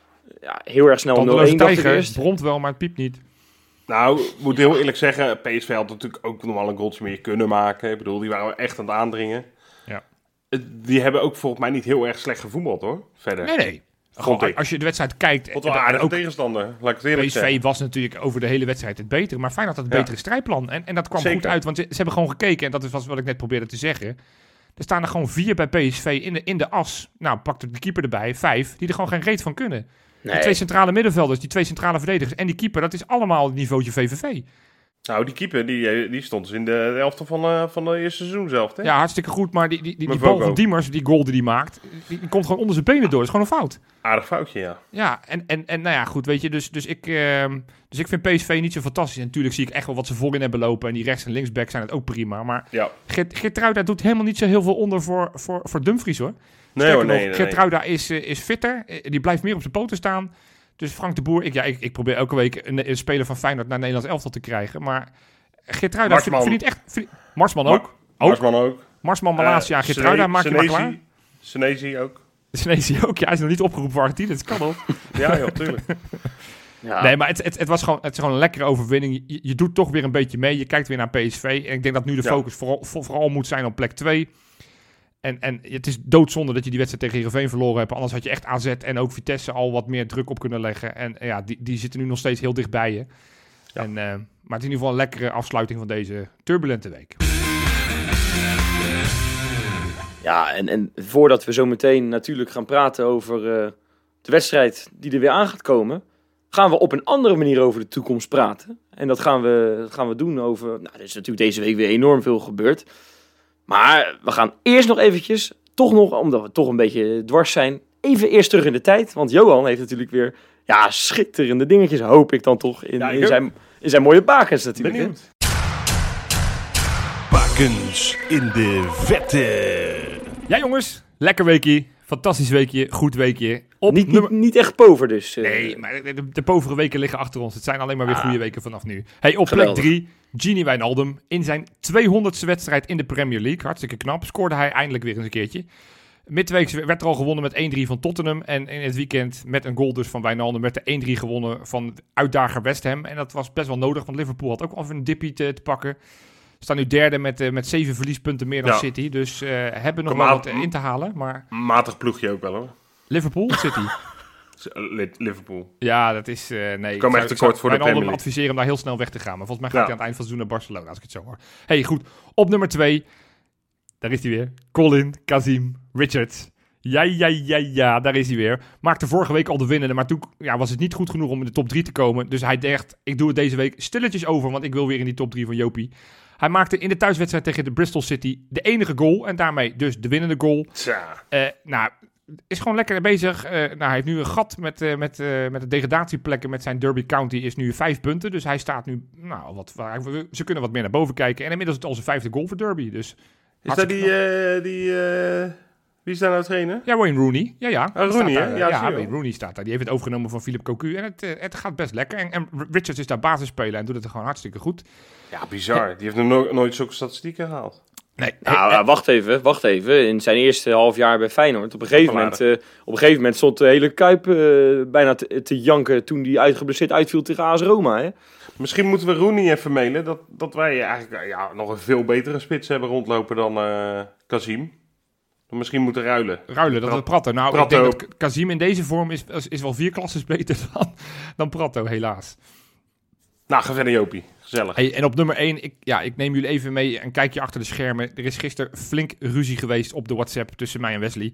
ja, heel erg snel nul Tandeloze één, dacht ik tijger, eerst. bromt wel, maar het piept niet. Nou, ik moet heel eerlijk zeggen, P S V had natuurlijk ook nog wel een goaltje meer kunnen maken. Ik bedoel, die waren echt aan het aandringen. Ja. Het- Die hebben ook volgens mij niet heel erg slecht gevoetbald, hoor. Verder. Nee, nee. Vond Gewoon, ik. als je de wedstrijd kijkt... Wat wel en- een en aardige ook tegenstander, laat ik het eerlijk P S zeggen. V was natuurlijk over de hele wedstrijd het betere. Maar Feyenoord had het Ja. betere strijdplan. En, en dat kwam Zeker. goed uit, want ze, ze hebben gewoon gekeken. En dat is wat ik net probeerde te zeggen. Er staan er gewoon vier bij P S V in de, in de as. Nou, pak de keeper erbij, vijf. Die er gewoon geen reet van kunnen. Die Nee. twee centrale middenvelders, die twee centrale verdedigers. En die keeper, dat is allemaal het niveautje V V V. Nou, die keeper, die, die stond dus in de elftal van, uh, van het eerste seizoen zelf, hè? Ja, hartstikke goed. Maar die, die, die, die Met bal Vogo. van Diemers, die goal die hij maakt... Die, die komt gewoon onder zijn benen door. Dat is gewoon een fout. Aardig foutje, ja. Ja, en, en, en nou ja, goed, weet je, dus, dus, ik, ehm, dus ik vind P S V niet zo fantastisch. En natuurlijk zie ik echt wel wat ze voorin hebben lopen. En die rechts- en linksback zijn het ook prima. Maar Ja. Geert, Geertruida doet helemaal niet zo heel veel onder voor, voor, voor Dumfries, hoor. Nee Sterker hoor, nog, nee, nee, nee. Geertruida is, eh, is fitter. Eh, Die blijft meer op zijn poten staan. Dus Frank de Boer, ik, ja, ik, ik probeer elke week een, een speler van Feyenoord naar Nederlands elftal te krijgen. Maar Geertruida vind, Marsman. vind ik echt... Vind, Marsman Ma- ook. ook. Marsman ook. Marsman, Malasia, Eh, Geertruida, Sene- maak je maar Senesi. klaar. Senesi ook. Senesi ook, ja, hij is nog niet opgeroepen voor Argentinië. Dat kan wel. Ja, ja, tuurlijk. Ja. Nee, maar het, het, het was gewoon, het is gewoon een lekkere overwinning. Je, je doet toch weer een beetje mee. Je kijkt weer naar P S V. En ik denk dat nu de Ja. focus vooral, voor- vooral moet zijn op plek twee. En, en het is doodzonde dat je die wedstrijd tegen Heerenveen verloren hebt. Anders had je echt A Z en ook Vitesse al wat meer druk op kunnen leggen. En ja, die, die zitten nu nog steeds heel dicht bij je. Ja. En, uh, maar het is in ieder geval een lekkere afsluiting van deze turbulente week. Ja, en, en voordat we zo meteen natuurlijk gaan praten over uh, de wedstrijd die er weer aan gaat komen, gaan we op een andere manier over de toekomst praten. En dat gaan we, dat gaan we doen over... Nou, er is natuurlijk deze week weer enorm veel gebeurd. Maar we gaan eerst nog eventjes, toch nog, omdat we toch een beetje dwars zijn, even eerst terug in de tijd. Want Johan heeft natuurlijk weer, ja, schitterende dingetjes, hoop ik dan toch, in, Ja, ik in, ook. zijn, in zijn mooie bakens natuurlijk. hè. Benieuwd. Bakens in de vette. Ja jongens, lekker weekje. Fantastisch weekje, goed weekje. Op Niet, nummer... niet, niet echt pover dus. uh, Nee, maar de, de, de povere weken liggen achter ons. Het zijn alleen maar weer Ah. goede weken vanaf nu. Hey, op Geweldig. plek drie, Gini Wijnaldum. In zijn tweehonderdste wedstrijd in de Premier League. Hartstikke knap. Scoorde hij eindelijk weer eens een keertje. Midweeks werd er al gewonnen met één drie van Tottenham. En in het weekend met een goal dus van Wijnaldum werd er één drie gewonnen van uitdager West Ham. En dat was best wel nodig, want Liverpool had ook al even een dippie te, te pakken. Staan nu derde met, uh, met zeven verliespunten meer dan Ja. City. Dus uh, hebben nog Kom wel aan. wat uh, in te halen. Maar Matig ploegje ook wel, hoor. Liverpool, City. Li- Liverpool. Ja, dat is... Uh, nee, Komen ik echt zou- tekort ik zou voor de Wijnaldum Premier League. adviseren om daar heel snel weg te gaan. Maar volgens mij gaat Ja. hij aan het eind van het seizoen naar Barcelona, als ik het zo hoor. Hey, goed. Op nummer twee. Daar is hij weer. Colin Kazim Richards. Ja, ja, ja, ja, daar is hij weer. Maakte vorige week al de winnende, maar toen ja, was het niet goed genoeg om in de top drie te komen. Dus hij dacht, ik doe het deze week stilletjes over, want ik wil weer in die top drie van Jopie. Hij maakte in de thuiswedstrijd tegen de Bristol City de enige goal en daarmee dus de winnende goal. Tja. Uh, nou, is gewoon lekker bezig. Uh, nou, hij heeft nu een gat met, uh, met, uh, met de degradatieplekken met zijn Derby County is nu vijf punten. Dus hij staat nu, nou, wat, ze kunnen wat meer naar boven kijken. En inmiddels is het al zijn vijfde goal voor Derby. Dus is dat die, uh, die uh, wie is daar nou trainer? Ja, Wayne Rooney. Ja, ja. Oh, Rooney, daar, hè? Ja, ja Wayne Rooney staat daar. Die heeft het overgenomen van Philippe Cocu. En het, uh, het gaat best lekker. En, en Richards is daar basisspeler en doet het gewoon hartstikke goed. Ja, bizar. Die heeft nog no- nooit zulke statistieken gehaald. Nee. Nou, uh, wacht even, wacht even. In zijn eerste half jaar bij Feyenoord, op een gegeven, moment, uh, op een gegeven moment stond de hele Kuip uh, bijna te, te janken toen hij uitgeblesseerd uitviel tegen A S Roma. Hè? Misschien moeten we Rooney even mailen dat, dat wij eigenlijk ja, nog een veel betere spits hebben rondlopen dan uh, Kazim. Misschien moeten ruilen. Ruilen, dat Pra- we Pratto. Nou, Pratto. ik denk dat Kazim in deze vorm is, is, is wel vier klasses beter dan, dan Pratto, helaas. Nou, ga verder Jopie. Gezellig. Hey, en op nummer één, ik, ja, ik neem jullie even mee een kijkje achter de schermen. Er is gisteren flink ruzie geweest op de WhatsApp tussen mij en Wesley.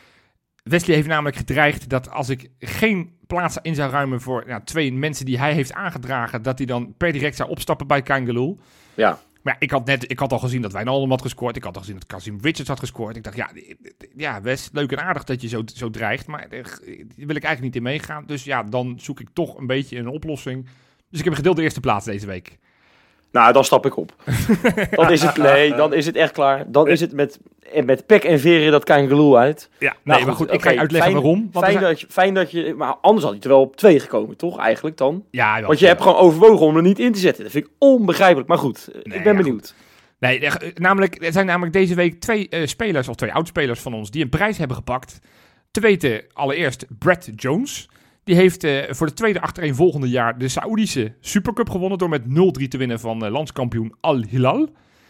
Wesley heeft namelijk gedreigd dat als ik geen plaats in zou ruimen voor ja, twee mensen die hij heeft aangedragen, dat hij dan per direct zou opstappen bij Kangaloo. Ja. Maar ja, ik had net, ik had al gezien dat Wijnaldum had gescoord. Ik had al gezien dat Kazim Richards had gescoord. Ik dacht, ja, ja Wes, leuk en aardig dat je zo, zo dreigt, maar daar wil ik eigenlijk niet in meegaan. Dus ja, dan zoek ik toch een beetje een oplossing. Dus ik heb een gedeelde eerste plaats deze week. Nou, dan stap ik op. dan is het, nee, dan is het echt klaar. Dan is het met, met pek en veren dat Kangaloo uit. Ja, nee, nou, maar goed, goed, ik ga je okay, uitleggen fijn, waarom. Want Fijn, zijn... dat je, fijn dat je... Maar anders had hij er wel op twee gekomen, toch? Eigenlijk dan. Ja, wel, Want je ja. hebt gewoon overwogen om er niet in te zetten. Dat vind ik onbegrijpelijk. Maar goed, Nee, ik ben ja, benieuwd. Goed. Nee, namelijk, er zijn namelijk deze week twee uh, spelers, of twee oudspelers van ons, die een prijs hebben gepakt. Te weten allereerst Brad Jones. Die heeft uh, voor de tweede achtereenvolgende jaar de Saoedische Supercup gewonnen door met nul drie te winnen van uh, landskampioen Al Hilal.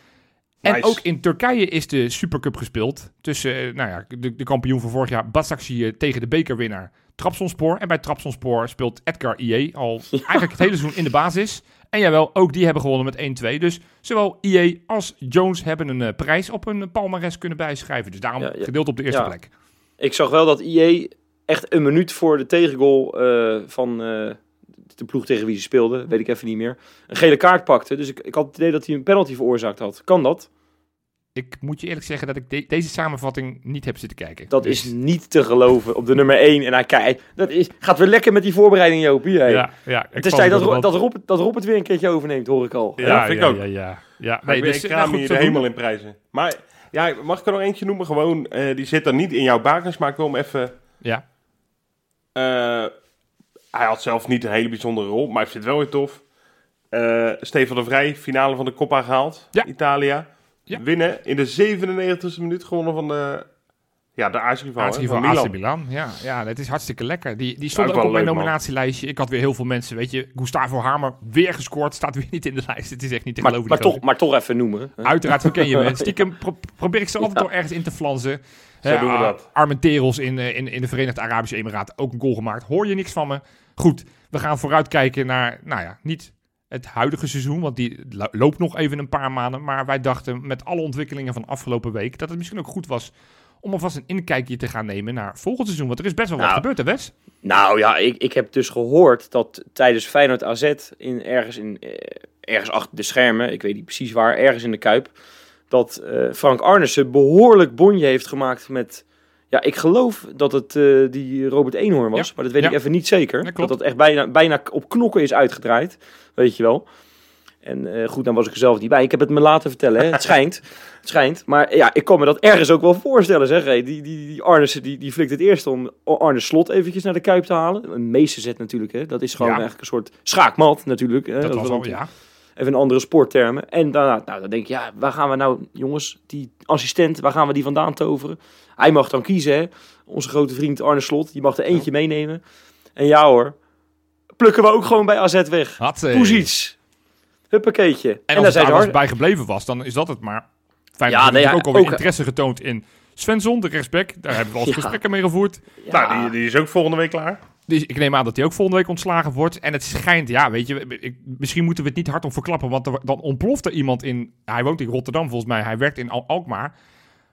En Nice. ook in Turkije is de Supercup gespeeld tussen uh, nou ja, de, de kampioen van vorig jaar Başakşehir tegen de bekerwinnaar Trabzonspor. En bij Trabzonspor speelt Edgar Iye al eigenlijk het hele seizoen in de basis. En jawel, ook die hebben gewonnen met één twee. Dus zowel Iye als Jones hebben een uh, prijs op hun palmares kunnen bijschrijven. Dus daarom Ja, ja. gedeeld op de eerste Ja. plek. Ik zag wel dat I E echt een minuut voor de tegengoal uh, van uh, de ploeg tegen wie ze speelden, weet ik even niet meer, een gele kaart pakte. Dus ik, ik had het idee dat hij een penalty veroorzaakt had. Kan dat? Ik moet je eerlijk zeggen dat ik de- deze samenvatting niet heb zitten kijken. Dat Dus- is niet te geloven op de nummer één. En hij kijkt, dat is, gaat weer lekker met die voorbereiding, Jopie. Hey. Ja, ja. Het is tijd dat, Ro- dat, Rob, dat Rob het weer een keertje overneemt, hoor ik al. Ja, Ja, vind ik ja, ook. Ja, ja, ja. Nee, Nee, dus, dus, ik nou ga goed, je zo de doen. hemel in prijzen. Maar ja, mag ik er nog eentje noemen? Gewoon, uh, die zit dan niet in jouw bakens, maar ik wil hem even... Ja. Uh, hij had zelf niet een hele bijzondere rol, maar ik vind het wel weer tof. Uh, Stefan de Vrij, finale van de Coppa gehaald. Ja. Italia. Ja. Winnen in de zevenennegentigste minuut gewonnen van de... Ja, de aartsrivaal hè, Aartsrivaal van Milan. A C Milan. Ja, ja, dat is hartstikke lekker. Die, die stond Ook ook wel op mijn leuk, man. nominatielijstje. Ik had weer heel veel mensen, weet je. Gustavo Hamer, weer gescoord. Staat weer niet in de lijst. Het is echt niet te Maar, geloven. maar, die toch, maar toch even noemen. Hè? Uiteraard verken je me. Stiekem pro- probeer ik ze altijd Ja. wel ergens in te flansen. Zo Hè, doen we Ar- dat. Armenteros in, eh, in, in de Verenigde Arabische Emiraten ook een goal gemaakt. Hoor je niks van me? Goed, we gaan vooruitkijken naar, nou ja, niet het huidige seizoen, want die lo- loopt nog even een paar maanden. Maar wij dachten met alle ontwikkelingen van afgelopen week dat het misschien ook goed was om alvast een inkijkje te gaan nemen naar volgend seizoen. Want er is best wel wat Nou, gebeurd, hè Wes? Nou ja, ik, ik heb dus gehoord dat tijdens Feyenoord A Z, in, ergens, in, eh, ergens achter de schermen, ik weet niet precies waar, ergens in de Kuip, dat eh, Frank Arnissen behoorlijk bonje heeft gemaakt met... Ja, ik geloof dat het eh, die Robert Eenhoorn was, Ja. maar dat weet Ja. ik even niet zeker. Ja, dat klopt. dat echt bijna, bijna op knokken is uitgedraaid, weet je wel. En eh, goed, dan was ik er zelf niet bij. Ik heb het me laten vertellen, hè. Het schijnt. Het schijnt. Maar ja, ik kan me dat ergens ook wel voorstellen, zeg. Hey, die, die, die Arnissen, die, die flikt het eerst om Arne Slot eventjes naar de Kuip te halen. Een meesterzet natuurlijk, hè. Dat is gewoon Ja. eigenlijk een soort schaakmat, natuurlijk. Hè. Dat, is was wel al, een- ja. Even een andere sporttermen. En daarna, nou, dan denk je, ja, waar gaan we nou, jongens, die assistent, waar gaan we die vandaan toveren? Hij mag dan kiezen, hè. Onze grote vriend Arne Slot, die mag er eentje meenemen. En ja hoor, plukken we ook gewoon bij A Z weg. Hatsé. Poesiets. Huppakeetje. En, En, als dan het zijn daar ze was hard... bij gebleven was, dan is dat het maar. Fijn Ja, dat je nee, natuurlijk ja, ook alweer ook- interesse getoond in Svensson, de rechtsback. Daar hebben we al eens Ja. gesprekken mee gevoerd. Ja, Nou, die, die is ook volgende week klaar. Dus ik neem aan dat hij ook volgende week ontslagen wordt. En het schijnt, ja, weet je, ik, misschien moeten we het niet hardop verklappen, want er, dan ontploft er iemand in, hij woont in Rotterdam volgens mij, hij werkt in Al- Alkmaar.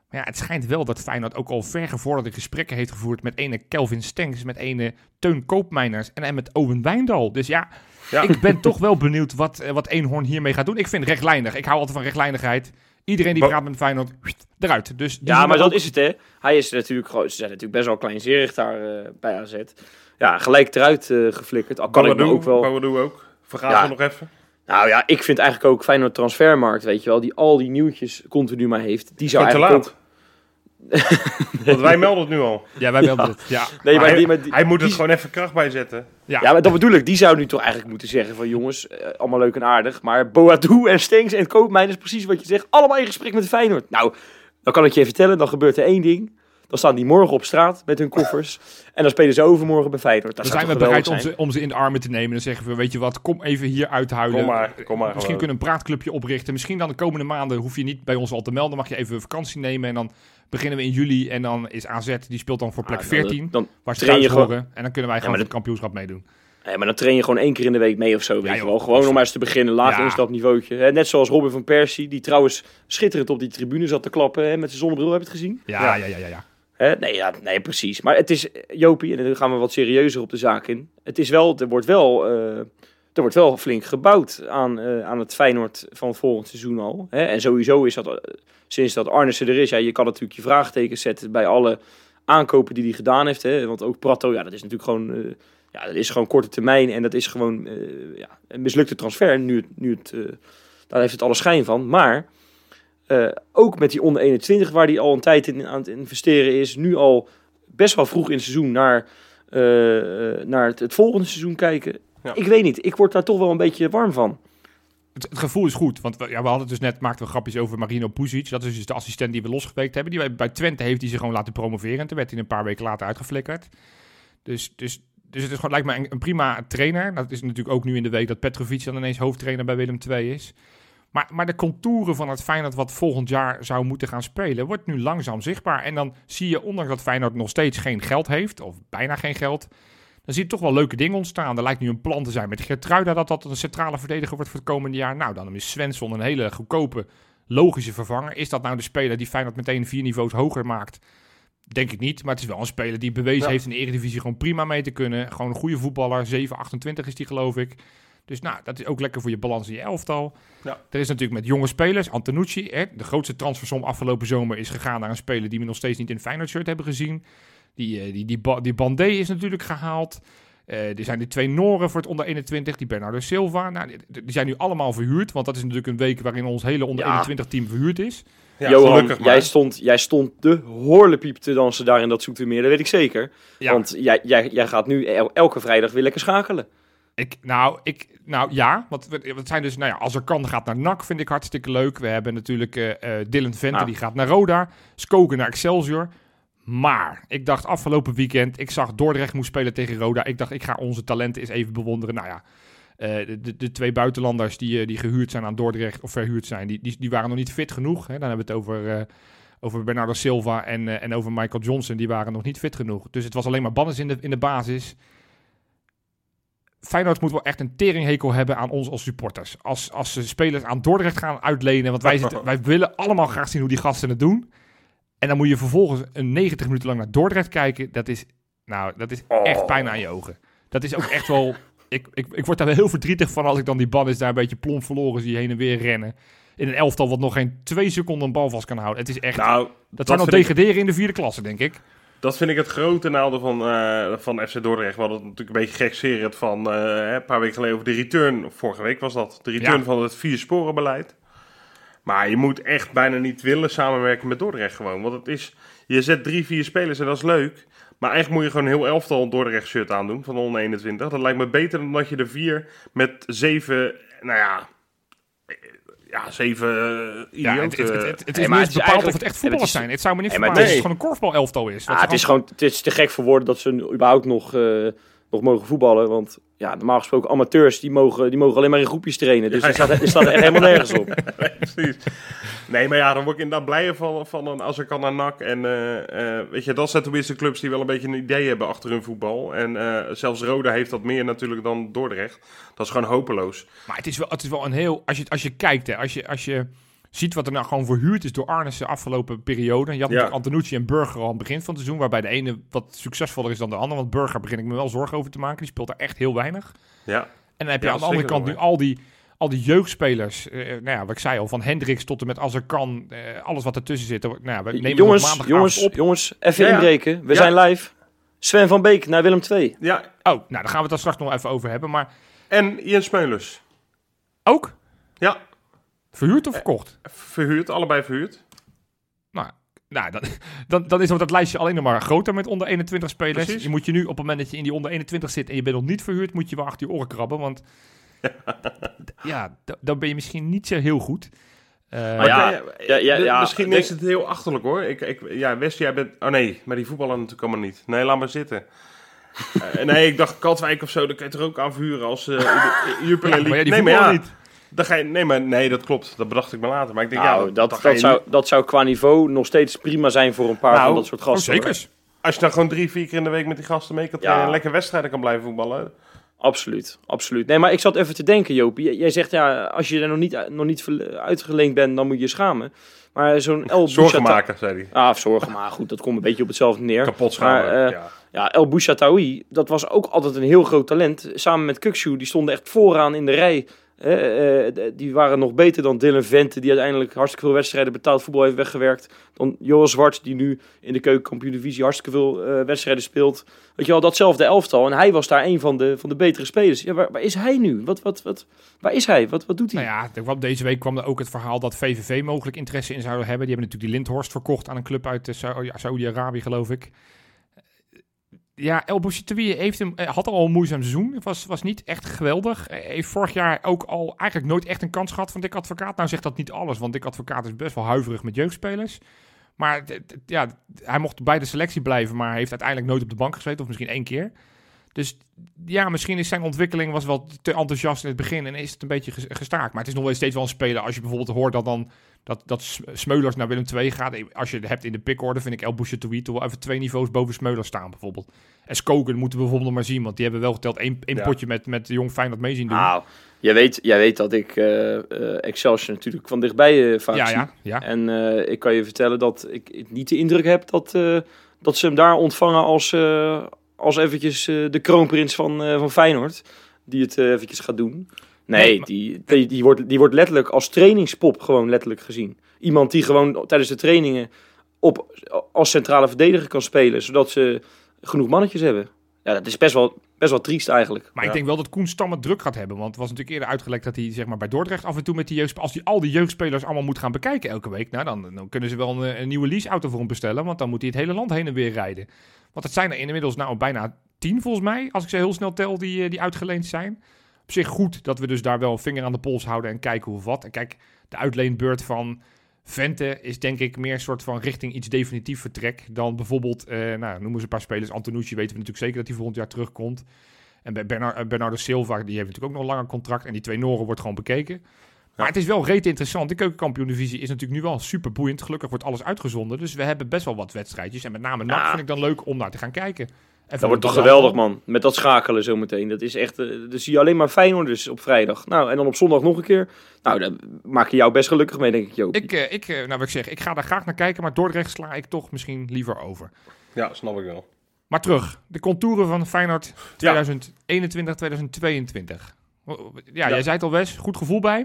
Maar ja, het schijnt wel dat Feyenoord ook al vergevorderde gesprekken heeft gevoerd met ene Kelvin Stenks, met ene Teun Koopmeiners en, en met Owen Wijndal. Dus ja, ja. ik ben toch wel benieuwd wat, wat Eenhoorn hiermee gaat doen. Ik vind rechtlijnig. Ik hou altijd van rechtlijnigheid. Iedereen die praat met Feyenoord, eruit. Dus ja, maar dat ook... is het, hè. Hij is natuurlijk gewoon, ze zijn natuurlijk best wel kleinzerig daar uh, bij A Z. Ja, gelijk eruit uh, geflikkerd. Al kan Bouwadou, ik me ook wel... Bouwadou ook. Vergaat ja. we nog even. Nou ja, ik vind eigenlijk ook Feyenoord transfermarkt, weet je wel, die al die nieuwtjes continu maar heeft. Die zou eigenlijk ook... Want wij melden het nu al. Ja, wij melden ja. het. Ja. Nee, maar maar die, maar die, hij moet die, er gewoon even kracht bij zetten. Ja. ja, maar dat bedoel ik. Die zou nu toch eigenlijk moeten zeggen van jongens, uh, allemaal leuk en aardig. Maar Bouwadou en Stenks en Koopmeiners, precies wat je zegt. Allemaal in gesprek met Feyenoord. Nou, dan kan ik je even vertellen. Dan gebeurt er één ding. Dan staan die morgen op straat met hun koffers. En dan spelen ze overmorgen bij Feyenoord. Dat dan zijn we bereid om ze, om ze in de armen te nemen. Dan zeggen we, weet je wat, kom even hier uithuilen. Kom maar, kom maar. Misschien kunnen we een praatclubje oprichten. Misschien dan de komende maanden hoef je niet bij ons al te melden. Mag je even vakantie nemen en dan beginnen we in juli. En dan is A Z, die speelt dan voor plek ah, veertien. Dan, dan waar ze thuis horen. Gewoon... En dan kunnen wij gewoon ja, het kampioenschap meedoen. Ja, maar dan train je gewoon één keer in de week mee of zo. Weet ja, je wel. Gewoon om maar eens te beginnen. Laag ja. instapniveautje. Net zoals Robin van Persie. Die trouwens schitterend op die tribune zat te klappen. Hè, met zijn zonnebril. Heb je het gezien? Ja, ja, ja, ja. ja, ja. Hè? Nee, ja, nee, precies. Maar het is, Jopie, en dan gaan we wat serieuzer op de zaak in. Het is wel, er wordt wel, uh, er wordt wel flink gebouwd aan, uh, aan het Feyenoord van het volgende seizoen al. Hè? En sowieso is dat, uh, sinds dat Arnissen er is, ja, je kan natuurlijk je vraagtekens zetten bij alle aankopen die hij gedaan heeft. Hè? Want ook Prato, ja, dat is natuurlijk gewoon... Uh, Ja, dat is gewoon korte termijn en dat is gewoon uh, ja, een mislukte transfer. Nu, het, nu het, uh, daar heeft het alle schijn van. Maar uh, ook met die onder eenentwintig, waar die al een tijd in aan het investeren is, nu al best wel vroeg in het seizoen naar, uh, uh, naar het, het volgende seizoen kijken. Ja. Ik weet niet, ik word daar toch wel een beetje warm van. Het, het gevoel is goed, want we, ja, we hadden dus net, maakten we grapjes over Marino Pusic. Dat is dus de assistent die we losgeweekt hebben. Die wij, bij Twente heeft hij zich gewoon laten promoveren en toen werd hij een paar weken later uitgeflikkerd. Dus... dus Dus het is gewoon, lijkt me een, een prima trainer. Dat is natuurlijk ook nu in de week dat Petrovic dan ineens hoofdtrainer bij Willem twee is. Maar, maar de contouren van het Feyenoord wat volgend jaar zou moeten gaan spelen, wordt nu langzaam zichtbaar. En dan zie je, ondanks dat Feyenoord nog steeds geen geld heeft, of bijna geen geld, dan zie je toch wel leuke dingen ontstaan. Er lijkt nu een plan te zijn met Geertruida dat dat een centrale verdediger wordt voor het komende jaar. Nou, dan is Svensson een hele goedkope, logische vervanger. Is dat nou de speler die Feyenoord meteen vier niveaus hoger maakt? Denk ik niet, maar het is wel een speler die bewezen ja. heeft in de Eredivisie gewoon prima mee te kunnen. Gewoon een goede voetballer, zeven achtentwintig is die geloof ik. Dus nou, dat is ook lekker voor je balans in je elftal. Ja. Er is natuurlijk met jonge spelers, Antonucci, hè, de grootste transfersom afgelopen zomer is gegaan naar een speler die we nog steeds niet in Feyenoord shirt hebben gezien. Die, uh, die, die, ba- die Bandé is natuurlijk gehaald. Uh, er zijn die twee Noren voor het onder eenentwintig, die Bernardo Silva. Nou, die, die zijn nu allemaal verhuurd, want dat is natuurlijk een week waarin ons hele onder ja. eenentwintig team verhuurd is. Ja, Johan, jij stond, jij stond de horlepiep te dansen daar in dat Zoetermeer, dat weet ik zeker. Ja. Want jij, jij, jij gaat nu el- elke vrijdag weer lekker schakelen. Ik, nou, ik, nou ja, want het zijn dus, nou ja, als er kan gaat naar N A C, vind ik hartstikke leuk. We hebben natuurlijk uh, uh, Dylan Vente, nou. die gaat naar Roda. Skoken naar Excelsior. Maar ik dacht afgelopen weekend, ik zag Dordrecht moest spelen tegen Roda. Ik dacht, ik ga onze talenten eens even bewonderen. Nou ja. Uh, de, de, de twee buitenlanders die, uh, die gehuurd zijn aan Dordrecht, of verhuurd zijn, die, die, die waren nog niet fit genoeg. Hè? Dan hebben we het over, uh, over Bernardo Silva en, uh, en over Michael Johnson. Die waren nog niet fit genoeg. Dus het was alleen maar Bannes in de, in de basis. Feyenoord moet wel echt een teringhekel hebben aan ons als supporters. Als, als ze spelers aan Dordrecht gaan uitlenen, want wij, zitten, wij willen allemaal graag zien hoe die gasten het doen. En dan moet je vervolgens een negentig minuten lang naar Dordrecht kijken. Dat is, nou, dat is echt pijn aan je ogen. Dat is ook echt wel... Ik, ik, ik word daar wel heel verdrietig van als ik dan die Bannes daar een beetje plomp verloren zie heen en weer rennen. In een elftal wat nog geen twee seconden een bal vast kan houden. Het is echt... Nou, dat, dat zou nog degraderen ik, in de vierde klasse, denk ik. Dat vind ik het grote nadeel van, uh, van F C Dordrecht. We hadden het natuurlijk een beetje gekserend van uh, een paar weken geleden over de return. Vorige week was dat. De return ja. van het vier-sporenbeleid. Maar je moet echt bijna niet willen samenwerken met Dordrecht gewoon. Want het is... Je zet drie, vier spelers en dat is leuk. Maar eigenlijk moet je gewoon een heel elftal een Dordrecht shirt aandoen van de onder eenentwintig. Dat lijkt me beter dan dat je er vier met zeven, nou ja, ja zeven uh, idioten... Ja, het, het, het, het, het is hey, niet bepaald of het echt voetballers zijn. Het zou me niet hey, verbazen als het gewoon een korfbal elftal is. Ah, het, is gewoon, het is te gek voor woorden dat ze überhaupt nog, uh, nog mogen voetballen. Want ja, normaal gesproken amateurs, die mogen, die mogen alleen maar in groepjes trainen. Dus ja, ja. Er, staat, er staat er echt helemaal nergens op. Nee, precies. Nee, maar ja, dan word ik inderdaad blijer van, van een, als ik kan naar N A C. En uh, uh, weet je, dat zijn tenminste clubs die wel een beetje een idee hebben achter hun voetbal. En uh, zelfs Roda heeft dat meer natuurlijk dan Dordrecht. Dat is gewoon hopeloos. Maar het is wel, het is wel een heel... Als je, als je kijkt, hè, als je, als je ziet wat er nou gewoon verhuurd is door Arnissen de afgelopen periode. Je had Ja. natuurlijk Antonucci en Burger al aan het begin van het seizoen, waarbij de ene wat succesvoller is dan de ander. Want Burger begin ik me wel zorgen over te maken. Die speelt daar echt heel weinig. Ja. En dan heb je Ja, aan de andere zeker kant wel, nu al die, al die jeugdspelers. Uh, nou ja, wat ik zei al, van Hendricks tot en met Azarkan. Uh, alles wat ertussen zit. Nou ja, we nemen jongens, het op jongens, maandagavond op. jongens, even Ja, ja. inbreken. We Ja. zijn live. Sven van Beek naar Willem twee. Ja, Oh, nou, daar gaan we het dan straks nog even over hebben. Maar en Ian Smeulers. ook Ja, verhuurd of verkocht? verhuurd, allebei verhuurd. Nou, nou dan, dan, dan is dat lijstje alleen nog maar groter met onder eenentwintig spelers. Precies. Je moet je nu, op het moment dat je in die onder eenentwintig zit en je bent nog niet verhuurd, moet je wel achter je oren krabben. Want ja, d- dan ben je misschien niet zo heel goed. Uh, Maar ja, ja, ja, ja, de- ja, misschien denk- is het heel achterlijk hoor. Ik, ik, ja, West, jij bent... Oh nee, maar die voetballen natuurlijk allemaal niet. Nee, laat maar zitten. Uh, nee, ik dacht Katwijk of zo, daar kun je er ook aan vuren als uh, Jupiler ja, League. maar ja, die nee, maar voetballen ja, niet. dan ga je, nee, maar nee, dat klopt. Dat bedacht ik me later. Maar ik denk, nou, ja, dat, dan dat, ga je zou, nu- dat zou qua niveau nog steeds prima zijn voor een paar Nou, van dat soort Oh, gasten. hoor. zeker. Als je dan gewoon drie, vier keer in de week met die gasten mee kan Ja. trainen en lekker wedstrijden kan blijven voetballen. Absoluut, absoluut. Nee, maar ik zat even te denken, Joopie. J- Jij zegt, ja, als je er nog niet, nog niet ver- uitgeleend bent, dan moet je je schamen. Maar zo'n El Zorgen Bouchata- maken, zei hij. Ah, zorgen, maar goed, dat komt een beetje op hetzelfde neer. Kapot schamen. Maar, eh, ja. Ja, El Bouchatoui, dat was ook altijd een heel groot talent. Samen met Kukshu, die stonden echt vooraan in de rij. Eh, eh, d- die waren nog beter dan Dylan Vente, die uiteindelijk hartstikke veel wedstrijden betaald voetbal heeft weggewerkt. Dan Joris Zwarts, die nu in de keukenkampioen-divisie hartstikke veel eh, wedstrijden speelt. Weet je wel, datzelfde elftal. En hij was daar een van de, van de betere spelers. Ja, waar, waar is hij nu? Wat, wat, wat, waar is hij? Wat, wat doet hij? Nou ja, er kwam- deze week kwam er ook het verhaal dat V V V mogelijk interesse in zouden hebben. Die hebben natuurlijk die Lindhorst verkocht aan een club uit eh, Sau- ja, Saoedi-Arabië, geloof ik. Ja, El Bouchatoui heeft hem, eh, had al een moeizaam seizoen. Het was, was niet echt geweldig. Hij heeft vorig jaar ook al eigenlijk nooit echt een kans gehad van Dick Advocaat. Nou zegt dat niet alles, want Dick Advocaat is best wel huiverig met jeugdspelers. Maar d- d- ja, hij mocht bij de selectie blijven, maar hij heeft uiteindelijk nooit op de bank gezeten. Of misschien één keer. Dus ja, misschien is zijn ontwikkeling was wel te enthousiast in het begin en is het een beetje ges- gestaakt. Maar het is nog wel steeds wel een speler. Als je bijvoorbeeld hoort dat dan dat, dat S- Smeulers naar Willem twee gaat. Als je het hebt in de pickorde, vind ik El Bouchatoui toch wel even twee niveaus boven Smeulers staan bijvoorbeeld. En Skoken moeten we bijvoorbeeld nog maar zien, want die hebben wel geteld één, één Ja. potje met, met de Jong Feyenoord mee zien doen. Nou, jij weet, jij weet dat ik eh, eh, Excelsior natuurlijk van dichtbij eh, vaak ja, zie. ja, ja. En eh, ik kan je vertellen dat ik niet de indruk heb dat, eh, dat ze hem daar ontvangen als, eh, als eventjes eh, de kroonprins van, eh, van Feyenoord. Die het eh, eventjes gaat doen. Nee, Nee, maar- die, die, die, wordt, die wordt letterlijk als trainingspop gewoon letterlijk gezien. Iemand die gewoon tijdens de trainingen op, als centrale verdediger kan spelen. Zodat ze genoeg mannetjes hebben. Ja, dat is best wel, best wel triest eigenlijk. Maar Ja. ik denk wel dat Koen Stam het druk gaat hebben. Want het was natuurlijk eerder uitgelekt dat hij zeg maar, bij Dordrecht af en toe met die jeugd... Als hij al die jeugdspelers allemaal moet gaan bekijken elke week... Nou, dan, dan kunnen ze wel een, een nieuwe leaseauto voor hem bestellen. Want dan moet hij het hele land heen en weer rijden. Want het zijn er inmiddels nou bijna tien volgens mij. Als ik ze heel snel tel die, eh, die uitgeleend zijn. Op zich goed dat we dus daar wel een vinger aan de pols houden en kijken hoe of wat. En kijk, de uitleenbeurt van Vente is denk ik meer een soort van richting iets definitief vertrek dan bijvoorbeeld, eh, nou noemen ze een paar spelers. Antonucci weten we natuurlijk zeker dat hij volgend jaar terugkomt. En bij Bernard, uh, Bernardo Silva, die heeft natuurlijk ook nog een langer contract. En die twee Noren wordt gewoon bekeken. Maar het is wel reet interessant. De keukenkampioen-divisie is natuurlijk nu wel super boeiend. Gelukkig wordt alles uitgezonden. Dus we hebben best wel wat wedstrijdjes. En met name N A C Ja. vind ik dan leuk om naar te gaan kijken. En Dat wordt toch geweldig, man. Met dat schakelen zometeen. Dat is echt... Uh, dan zie je alleen maar Feyenoorders op vrijdag. Nou, en dan op zondag nog een keer. Nou, daar maak je jou best gelukkig mee, denk ik, Joop. Ik, uh, ik, uh, nou wat ik zeg, ik ga daar graag naar kijken. Maar Dordrecht sla ik toch misschien liever over. Ja, snap ik wel. Maar terug. De contouren van Feyenoord twintig eenentwintig twintig tweeëntwintig. Ja, ja, jij zei het al, Wes. Goed gevoel bij?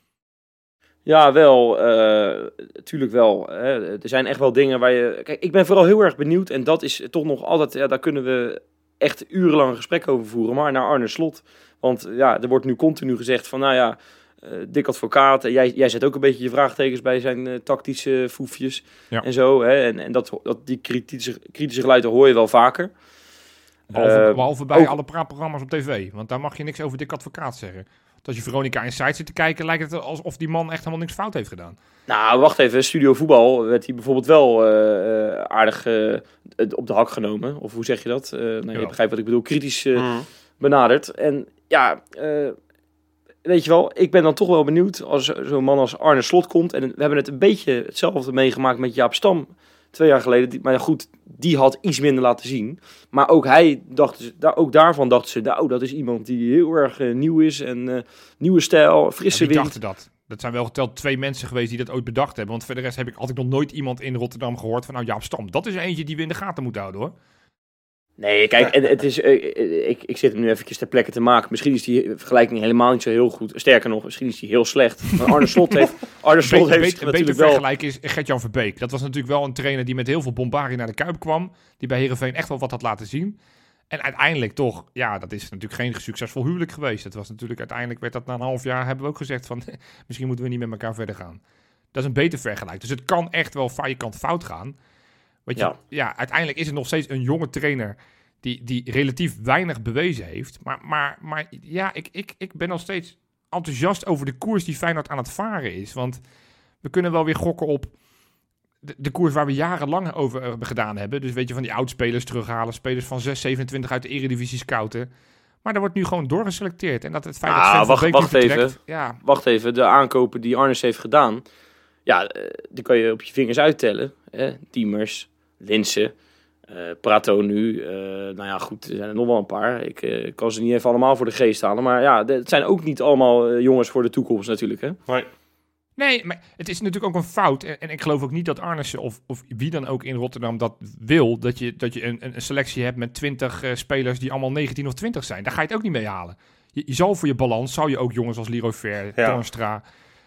Ja, wel. Natuurlijk uh, wel. Hè. Er zijn echt wel dingen waar je... Kijk, ik ben vooral heel erg benieuwd. En dat is toch nog altijd... Ja, daar kunnen we echt urenlang een gesprek over voeren. Maar naar Arne Slot. Want ja, er wordt nu continu gezegd van... Nou ja, uh, Dick Advocaat. Jij, jij zet ook een beetje je vraagtekens bij zijn uh, tactische foefjes. Ja. En zo. Hè. En, en dat, dat, die kritische, kritische geluiden hoor je wel vaker. Behalve, Uh, behalve bij ook- alle praatprogramma's op tv. Want daar mag je niks over Dick Advocaat zeggen. Want als je Veronica Inside zit te kijken... lijkt het alsof die man echt helemaal niks fout heeft gedaan. Nou, wacht even. Studio Voetbal werd hij bijvoorbeeld wel uh, uh, aardig uh, op de hak genomen. Of hoe zeg je dat? Uh, nou, je Jawel. begrijpt wat ik bedoel. Kritisch uh, Mm. benaderd. En ja, uh, weet je wel, ik ben dan toch wel benieuwd als zo'n man als Arne Slot komt. En we hebben het een beetje hetzelfde meegemaakt met Jaap Stam twee jaar geleden. Die, maar goed, die had iets minder laten zien. Maar ook hij dacht, daar, ook daarvan dachten ze, nou, dat is iemand die heel erg uh, nieuw is en uh, nieuwe stijl, frisse Ja, wie wind. dachten dat? dat zijn wel geteld twee mensen geweest die dat ooit bedacht hebben. Want voor de rest heb ik altijd nog nooit iemand in Rotterdam gehoord van... nou, Jaap Stam, dat is eentje die we in de gaten moeten houden, hoor. Nee, kijk, het is, uh, ik, ik zit hem nu eventjes ter plekke te maken. Misschien is die vergelijking helemaal niet zo heel goed. Sterker nog, misschien is die heel slecht. Maar Arne Slot heeft, Arne Slot Beter, heeft beter, natuurlijk beter wel... vergelijk is Gert-Jan Verbeek. Dat was natuurlijk wel een trainer die met heel veel bombarie naar de Kuip kwam. Die bij Heerenveen echt wel wat had laten zien. En uiteindelijk toch, ja, dat is natuurlijk geen succesvol huwelijk geweest. Het was natuurlijk, uiteindelijk werd dat na een half jaar, hebben we ook gezegd van... misschien moeten we niet met elkaar verder gaan. Dat is een beter vergelijk. Dus het kan echt wel van je kant fout gaan. Want je, Ja. ja, uiteindelijk is het nog steeds een jonge trainer... Die, die relatief weinig bewezen heeft. Maar, maar, maar ja, ik, ik, ik ben nog steeds enthousiast over de koers die Feyenoord aan het varen is. Want we kunnen wel weer gokken op de, de koers waar we jarenlang over uh, gedaan hebben. Dus weet je, van die oudspelers terughalen. Spelers van zes, zevenentwintig uit de Eredivisie scouten. Maar daar wordt nu gewoon doorgeselecteerd. En dat het feit dat Ah, Sven van wacht, Beek wacht nu vertrekt, even. Ja, Wacht even, de aankopen die Arnes heeft gedaan... Ja, uh, die kan je op je vingers uittellen. Hè? Diemers, Linssen... Uh, Prato nu, uh, nou ja goed, er zijn er nog wel een paar. Ik uh, kan ze niet even allemaal voor de geest halen. Maar ja, het zijn ook niet allemaal uh, jongens voor de toekomst natuurlijk. Hè? Nee. nee, maar het is natuurlijk ook een fout. En, en ik geloof ook niet dat Arnissen of, of wie dan ook in Rotterdam dat wil. Dat je, dat je een, een selectie hebt met twintig uh, spelers die allemaal negentien of twintig zijn. Daar ga je het ook niet mee halen. Je, je zal voor je balans, zou je ook jongens als Leroy Ver, Ja. Toornstra,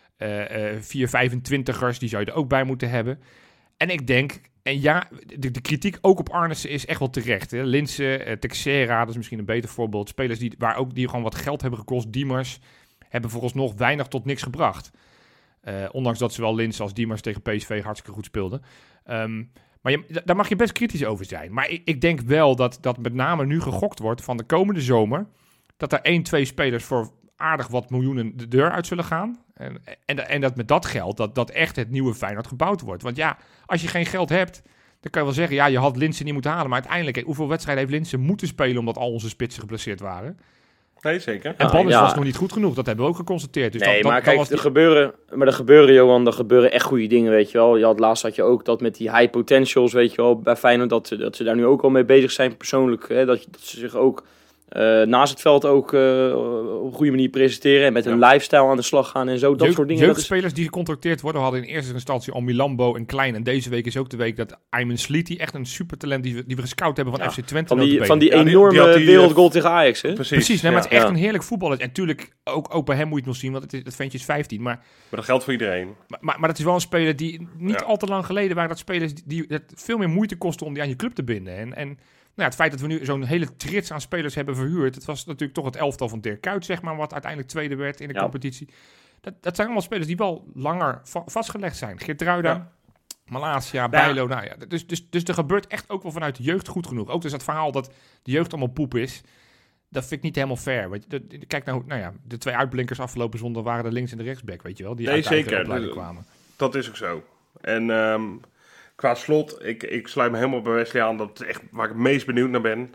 uh, uh, vier vijfentwintigers, die zou je er ook bij moeten hebben. En ik denk... En ja, de, de kritiek ook op Arnissen is echt wel terecht. Hè. Linssen, uh, Texera, dat is misschien een beter voorbeeld. Spelers die, waar ook, die gewoon wat geld hebben gekost. Diemers hebben vooralsnog weinig tot niks gebracht. Uh, ondanks dat zowel Linssen als Diemers tegen P S V hartstikke goed speelden. Um, maar je, daar mag je best kritisch over zijn. Maar ik, ik denk wel dat, dat met name nu gegokt wordt van de komende zomer... dat er één, twee spelers voor aardig wat miljoenen de deur uit zullen gaan. En, en, en dat met dat geld, dat, dat echt het nieuwe Feyenoord gebouwd wordt. Want ja, als je geen geld hebt, dan kan je wel zeggen... ja, je had Linssen niet moeten halen. Maar uiteindelijk, hoeveel wedstrijden heeft Linssen moeten spelen... omdat al onze spitsen geblesseerd waren? Nee, zeker. En Ah, Bannis ja. was nog niet goed genoeg. Dat hebben we ook geconstateerd. Dus nee, dat, dat, maar dat kijk, was er, die... gebeuren, maar er gebeuren, Johan, er gebeuren echt goede dingen, weet je wel. Je had, laatst had je ook dat met die high potentials, weet je wel, bij Feyenoord... dat, dat ze daar nu ook al mee bezig zijn persoonlijk. Hè, dat, dat ze zich ook... Uh, naast het veld ook uh, op een goede manier presenteren en met hun Ja. lifestyle aan de slag gaan en zo. Dat Jeugd, soort dingen. Dat is, jeugdspelers die gecontracteerd worden, hadden in eerste instantie al Milambo en Klein. En deze week is ook de week dat Ayman Sleety, echt een supertalent die we, die we gescout hebben van Ja, F C Twente. van die, notabene. van die Ja, die- enorme die had die, wereldgoal tegen Ajax, hè? Precies, Precies, nee, maar het is ja. echt Ja. een heerlijk voetballer. En natuurlijk, ook, ook bij hem moet je het nog zien, want het, is, het ventje is vijftien. Maar, Maar dat geldt voor iedereen. maar, maar, maar dat is wel een speler die niet Ja. al te lang geleden waren dat spelers die, die het veel meer moeite kosten om die aan je club te binden. En, en nou ja, het feit dat we nu zo'n hele trits aan spelers hebben verhuurd, het was natuurlijk toch het elftal van Dirk Kuyt, zeg maar, wat uiteindelijk tweede werd in de Ja. competitie. Dat, dat zijn allemaal spelers die wel langer va- vastgelegd zijn. Geertruida, Ja. Malasia, Bijlo, nou ja. Dus, dus, dus er gebeurt echt ook wel vanuit de jeugd goed genoeg. Ook dus dat verhaal dat de jeugd allemaal poep is, dat vind ik niet helemaal fair. Want je, de- kijk nou, nou ja, de twee uitblinkers afgelopen zondag waren de links- en de rechtsback, weet je wel, die Nee, uit de eigen zeker. opleiding Dus- kwamen. Dat is ook zo. En ehm, qua Slot, ik, ik sluit me helemaal bij Wesley aan. Dat is echt waar ik het meest benieuwd naar ben.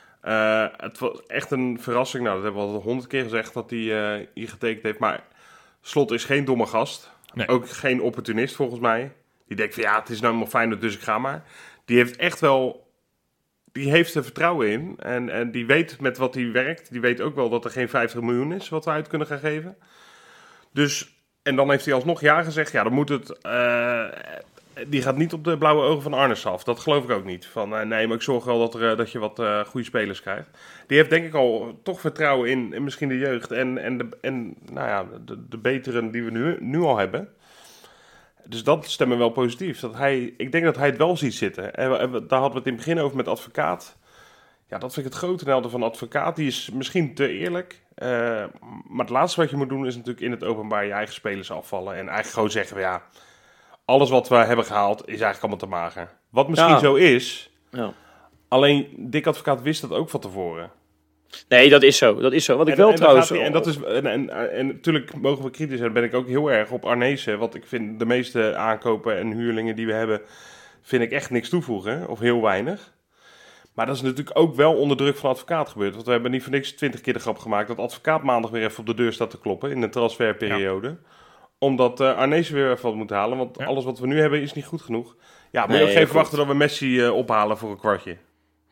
Uh, het was echt een verrassing. Nou, dat hebben we al honderd keer gezegd dat hij uh, hier getekend heeft. Maar Slot is geen domme gast. Nee. Ook geen opportunist volgens mij. Die denkt van ja, het is nou helemaal fijn, dus ik ga maar. Die heeft echt wel... Die heeft er vertrouwen in. En, en die weet met wat hij werkt. Die weet ook wel dat er geen vijftig miljoen is wat we uit kunnen gaan geven. Dus... En dan heeft hij alsnog ja gezegd. Ja, dan moet het... Uh, die gaat niet op de blauwe ogen van Arnes af. Dat geloof ik ook niet. Van, uh, nee, maar ik zorg wel dat, er, uh, dat je wat uh, goede spelers krijgt. Die heeft denk ik al toch vertrouwen in, in misschien de jeugd. En, en, de, en nou ja, de, de beteren die we nu, nu al hebben. Dus dat stemt me wel positief. Dat hij, ik denk dat hij het wel ziet zitten. En, en daar hadden we het in het begin over met advocaat. Ja, dat vind ik het grote nadeel van advocaat. Die is misschien te eerlijk. Uh, maar het laatste wat je moet doen is natuurlijk in het openbaar je eigen spelers afvallen. En eigenlijk gewoon zeggen, ja, alles wat we hebben gehaald is eigenlijk allemaal te mager. Wat misschien Ja. zo is. Ja. Alleen Dick Advocaat wist dat ook van tevoren. Nee, dat is zo. Dat is zo. Wat ik En, wel en dan trouwens... gaat hij- en, dat is, en, en, en natuurlijk mogen we kritisch zijn. Ben ik ook heel erg op Arnezen. Want ik vind de meeste aankopen en huurlingen die we hebben, vind ik echt niks toevoegen. Of heel weinig. Maar dat is natuurlijk ook wel onder druk van advocaat gebeurd. Want we hebben niet voor niks twintig keer de grap gemaakt dat advocaat maandag weer even op de deur staat te kloppen in de transferperiode. Ja. Omdat uh, Arnezen weer even wat moet halen. Want Ja. alles wat we nu hebben is niet goed genoeg. Ja, moet je Nee, ook geen goed. verwachten dat we Messi uh, ophalen voor een kwartje.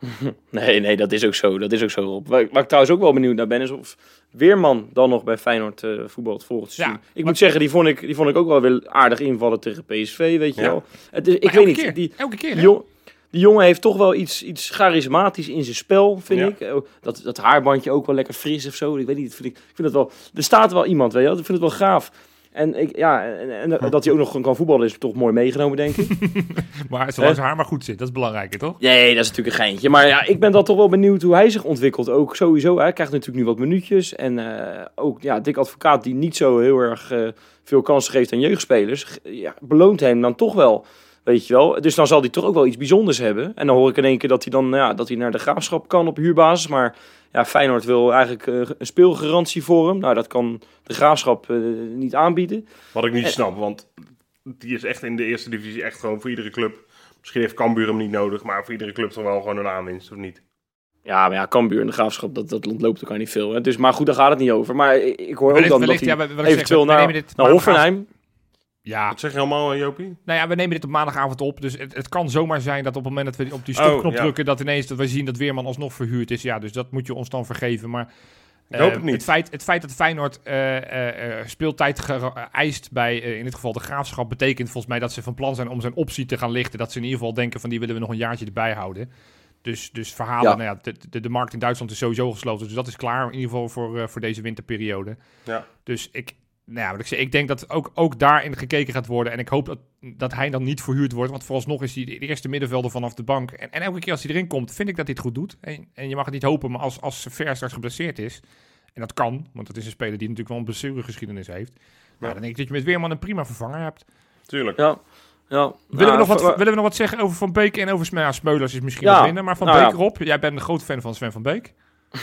Nee, nee, dat is ook zo. Dat is ook zo, Rob. Waar, waar ik trouwens ook wel benieuwd naar ben, is of Weerman dan nog bij Feyenoord uh, voetbalt volgend seizoen. Ja, ik maar... moet zeggen, die vond, ik, die vond ik ook wel weer aardig invallen tegen P S V, weet je ja. wel. Het is, ik weet niet. Keer, die, elke keer, die, jong, die jongen heeft toch wel iets, iets charismatisch in zijn spel, vind ja. ik. Dat, dat haarbandje ook wel lekker fris of zo. Ik weet niet, vind ik, ik vind het wel... Er staat wel iemand, weet je wel. Ik vind het wel gaaf. En, ik, ja, en, en dat hij ook nog kan voetballen is toch mooi meegenomen, denk ik. Maar zolang zijn haar maar goed zit, dat is belangrijk, toch? Nee, dat is natuurlijk een geintje. Maar ja, ik ben dan toch wel benieuwd hoe hij zich ontwikkelt. Ook sowieso, hij krijgt natuurlijk nu wat minuutjes. En uh, ook ja, Dick Advocaat, die niet zo heel erg uh, veel kansen geeft aan jeugdspelers, ja, beloont hem dan toch wel, weet je wel. Dus dan zal hij toch ook wel iets bijzonders hebben. En dan hoor ik in één keer dat hij dan ja, dat hij naar de Graafschap kan op huurbasis. Maar ja, Feyenoord wil eigenlijk uh, een speelgarantie voor hem. Nou, dat kan de Graafschap uh, niet aanbieden. Wat ik niet en, snap, want die is echt in de eerste divisie echt gewoon voor iedere club. Misschien heeft Cambuur hem niet nodig, maar voor iedere club toch wel gewoon een aanwinst, of niet? Ja, maar ja, Cambuur en de Graafschap, dat, dat ontloopt elkaar niet veel. Hè? Dus, maar goed, daar gaat het niet over. Maar ik, ik hoor wellicht, ook dan wellicht, dat hij ja, eventueel zeg, naar, naar Hoffenheim... Ja. Wat zeg je allemaal, Jopie? Nou ja, we nemen dit op maandagavond op. Dus het, het kan zomaar zijn dat op het moment dat we op die stopknop oh, ja. drukken, dat ineens dat we zien dat Weerman alsnog verhuurd is. Ja, dus dat moet je ons dan vergeven. Maar ik hoop uh, het niet. Het feit, het feit dat Feyenoord uh, uh, uh, speeltijd geëist bij uh, in dit geval de Graafschap, betekent volgens mij dat ze van plan zijn om zijn optie te gaan lichten. Dat ze in ieder geval denken van die willen we nog een jaartje erbij houden. Dus, dus verhalen, ja. Nou ja, de, de, de markt in Duitsland is sowieso gesloten. Dus dat is klaar in ieder geval voor, uh, voor deze winterperiode. Ja. Dus ik... Nou ja, wat ik zeg, ik denk dat ook, ook daarin gekeken gaat worden. En ik hoop dat, dat hij dan niet verhuurd wordt. Want vooralsnog is hij de eerste middenvelder vanaf de bank. En, en elke keer als hij erin komt, vind ik dat hij het goed doet. En, en je mag het niet hopen, maar als, als Ver straks geblesseerd is... En dat kan, want dat is een speler die natuurlijk wel een blessuregeschiedenis heeft. Ja. Nou, dan denk ik dat je met Weerman een prima vervanger hebt. Tuurlijk. Ja. Ja. Willen, nou, we nog wat, willen we nog wat zeggen over Van Beek en over ja, Smeulers is misschien ja. wat minder. Maar Van nou, Beek, ja. Rob, jij bent een groot fan van Sven van Beek.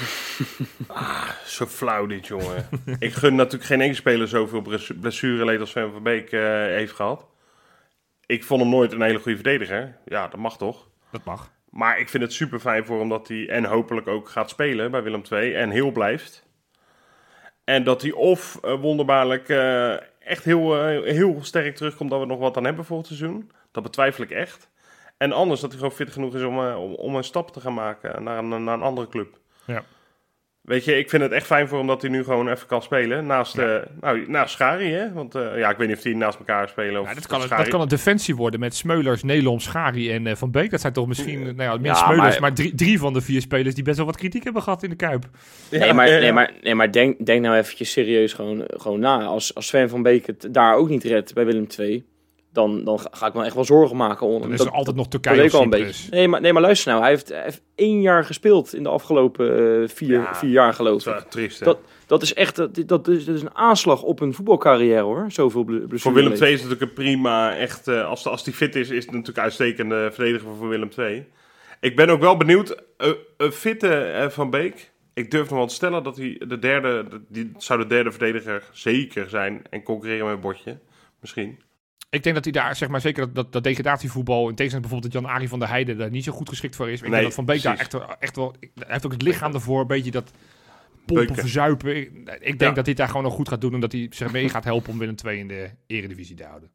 Ah, zo flauw dit, jongen. Ik gun natuurlijk geen enkele speler zoveel blessureleed als Sven van Beek uh, heeft gehad. Ik vond hem nooit een hele goede verdediger. Ja, dat mag toch? Dat mag. Maar ik vind het super fijn voor hem dat hij en hopelijk ook gaat spelen bij Willem twee en heel blijft. En dat hij of uh, wonderbaarlijk uh, echt heel, uh, heel sterk terugkomt dat we nog wat aan hebben voor het seizoen. Dat betwijfel ik echt. En anders dat hij gewoon fit genoeg is om, uh, om, om een stap te gaan maken naar een, naar een andere club. Ja. Weet je, ik vind het echt fijn voor hem dat hij nu gewoon even kan spelen. Naast, ja. uh, nou, naast Schari, hè. Want uh, ja, ik weet niet of die naast elkaar spelen. Of ja, dat, kan het, dat kan een defensie worden met Smeulers, Nelom, Schari en uh, Van Beek. Dat zijn toch misschien, nou ja, minst ja, Smeulers, maar, maar drie, drie van de vier spelers die best wel wat kritiek hebben gehad in de Kuip. Ja, nee, maar, nee, maar, nee, maar denk, denk nou eventjes serieus gewoon, gewoon na. Als, als Sven van Beek het daar ook niet redt bij Willem twee... Dan, dan ga ik me echt wel zorgen maken. Om, dan is dat, er altijd dat, nog Turkije of Cyprus. Nee maar, nee, maar luister nou. Hij heeft, hij heeft één jaar gespeeld in de afgelopen uh, vier, ja, vier jaar, geloof ik. Dat, triest, dat, dat is echt dat, dat, is, dat is een aanslag op een voetbalcarrière, hoor. Zoveel blessures. Voor Willem twee is het natuurlijk een prima, echt, uh, als, als die fit is, is het natuurlijk uitstekende verdediger voor Willem twee. Ik ben ook wel benieuwd, uh, een fitte uh, Van Beek. Ik durf nog wel te stellen dat hij de derde, die zou de derde verdediger zeker zijn en concurreren met Botje. Misschien. Ik denk dat hij daar, zeg maar, zeker dat, dat, dat degradatievoetbal, in tegenstelling bijvoorbeeld dat Jan Arie van der Heijden daar niet zo goed geschikt voor is. Ik nee, denk dat Van Beek precies. daar echt, echt wel, hij heeft ook het lichaam ervoor, een beetje dat pompen, Beuken. verzuipen. Ik, ik denk ja. dat hij het daar gewoon nog goed gaat doen en dat hij zich mee gaat helpen om Willem twee in de Eredivisie te houden.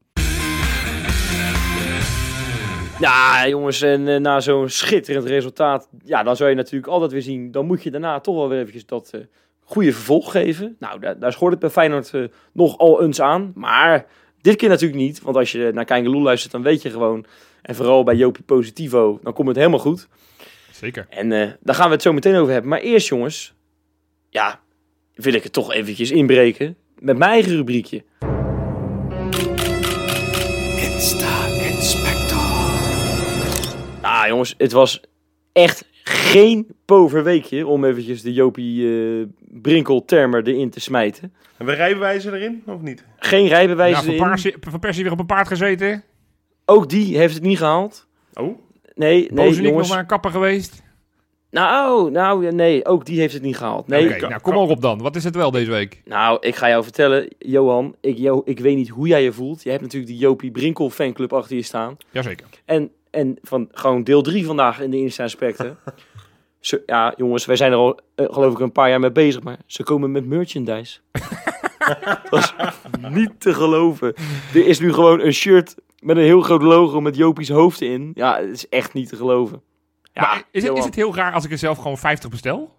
Ja, jongens, en uh, na zo'n schitterend resultaat, ja, dan zou je natuurlijk altijd weer zien, dan moet je daarna toch wel weer eventjes dat uh, goede vervolg geven. Nou, daar, daar schort het bij Feyenoord uh, nog al eens aan, maar dit keer natuurlijk niet, want als je naar Kein Geloel luistert, dan weet je gewoon, en vooral bij Jopie Positivo, dan komt het helemaal goed. Zeker. En uh, daar gaan we het zo meteen over hebben. Maar eerst, jongens, ja, wil ik het toch eventjes inbreken met mijn eigen rubriekje. Insta-inspector. Nou, jongens, het was echt geen pover weekje om eventjes de Jopie uh, Brinkel-termer erin te smijten. Hebben we rijbewijzen erin, of niet? Geen rijbewijzen ja, erin. Persie, van Persie weer op een paard gezeten. Ook die heeft het niet gehaald. Oh? Nee, nee, Bozenik jongens. nog naar een kapper geweest? Nou, nou, nee, ook die heeft het niet gehaald. Nee. Oké, okay, nou kom maar op dan. Wat is het wel deze week? Nou, ik ga jou vertellen, Johan, ik, jo, ik weet niet hoe jij je voelt. Je hebt natuurlijk die Jopie Brinkel fanclub achter je staan. Jazeker. En, en van gewoon deel drie vandaag in de Insta-inspecten. Ze, ja, jongens, wij zijn er al, uh, geloof ik, een paar jaar mee bezig, maar ze komen met merchandise. Dat is niet te geloven. Er is nu gewoon een shirt met een heel groot logo met Jopie's hoofd in. Ja, het is echt niet te geloven. Ja, maar is, het, Johan, is het heel raar als ik er zelf gewoon vijftig bestel?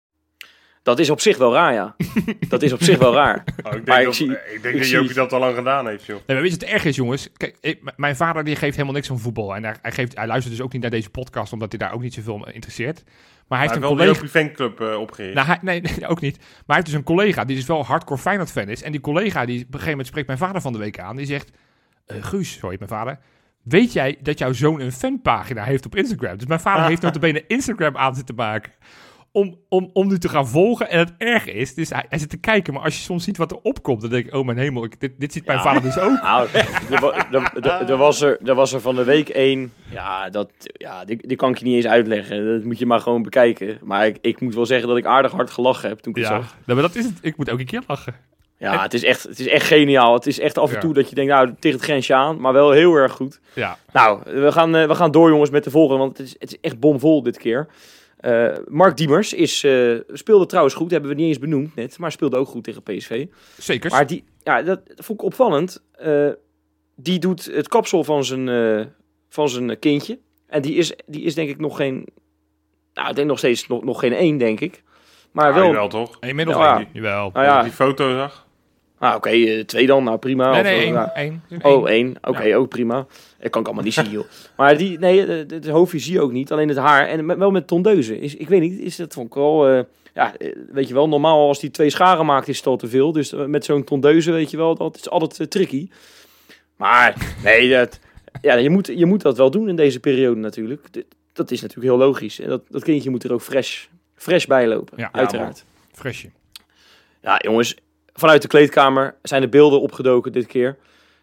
Dat is op zich wel raar, ja. Dat is op zich wel raar. Oh, ik Maar denk, ik dat, zie- ik denk ik dat zie- Jopie dat al lang gedaan heeft, joh. Nee, maar weet je wat het erg is, jongens? Kijk, ik- m- mijn vader die geeft helemaal niks van voetbal. En hij, hij, geeft, hij luistert dus ook niet naar deze podcast, omdat hij daar ook niet zoveel in interesseert. Maar hij Hij heeft heeft een wel de collega... Jopie fanclub uh, opgericht. Nou, hij, nee, nee, ook niet. Maar hij heeft dus een collega die dus wel hardcore Feyenoord-fan is. En die collega, die op een gegeven moment spreekt mijn vader van de week aan. Die zegt, uh, Guus, zo heet mijn vader... Weet jij dat jouw zoon een fanpagina heeft op Instagram? Dus mijn vader heeft notabene Instagram aan zitten maken. Om, om, om nu te gaan volgen. En het erge is, dus hij, hij zit te kijken. Maar als je soms ziet wat er opkomt, dan denk ik... Oh mijn hemel, ik, dit, dit ziet mijn Ja. vader dus ook. Nou, er, wa- er- er- er was er, er was er van de week één. Ja, dat, ja die, die kan ik je niet eens uitleggen. Dat moet je maar gewoon bekijken. Maar ik, ik moet wel zeggen dat ik aardig hard gelachen heb toen ik het Ja, zag. nou, maar dat is het. Ik moet ook een keer lachen. Ja, het is, echt, het is echt geniaal. Het is echt af en Ja. toe dat je denkt, nou, tegen het grensje aan. Maar wel heel erg goed. Ja, Nou, we gaan, eh, we gaan door jongens met de volgende. Want het is, het is echt bomvol dit keer. Eh, Mark Diemers is, eh, speelde trouwens goed. Hebben we niet eens benoemd net. Maar speelde ook goed tegen P S V. zeker. Maar die, ja, dat vond ik opvallend. Eh, die doet het kapsel van zijn, eh, van zijn kindje. En die is, die is denk ik nog geen... Nou, ik denk nog steeds nog, nog geen één, denk ik. Maar Ah, wel... jawel, toch? Inmiddels Ja. één. Jawel. Nou Als ja, ik die foto zag. ah, oké, eh, twee dan. Nou, prima. nee, Of, nee, eh, één. nou, één. oh, één. Oké, Ja. ook prima. Dat kan ik allemaal niet zien, joh. Maar die, nee, het, het hoofdje zie je ook niet. Alleen het haar. En met, wel met tondeuzen. Is, ik weet niet, is dat vond ik wel... eh, ja, eh, weet je wel, normaal als die twee scharen maakt is het al te veel. Dus eh, met zo'n tondeuze, weet je wel, dat is altijd eh, tricky. Maar, nee, dat, ja, je, moet, je moet dat wel doen in deze periode natuurlijk. D- Dat is natuurlijk heel logisch. En dat, dat kindje moet er ook fresh, fresh bij lopen, Ja, uiteraard. Fresje. Ja, jongens, vanuit de kleedkamer zijn de beelden opgedoken dit keer.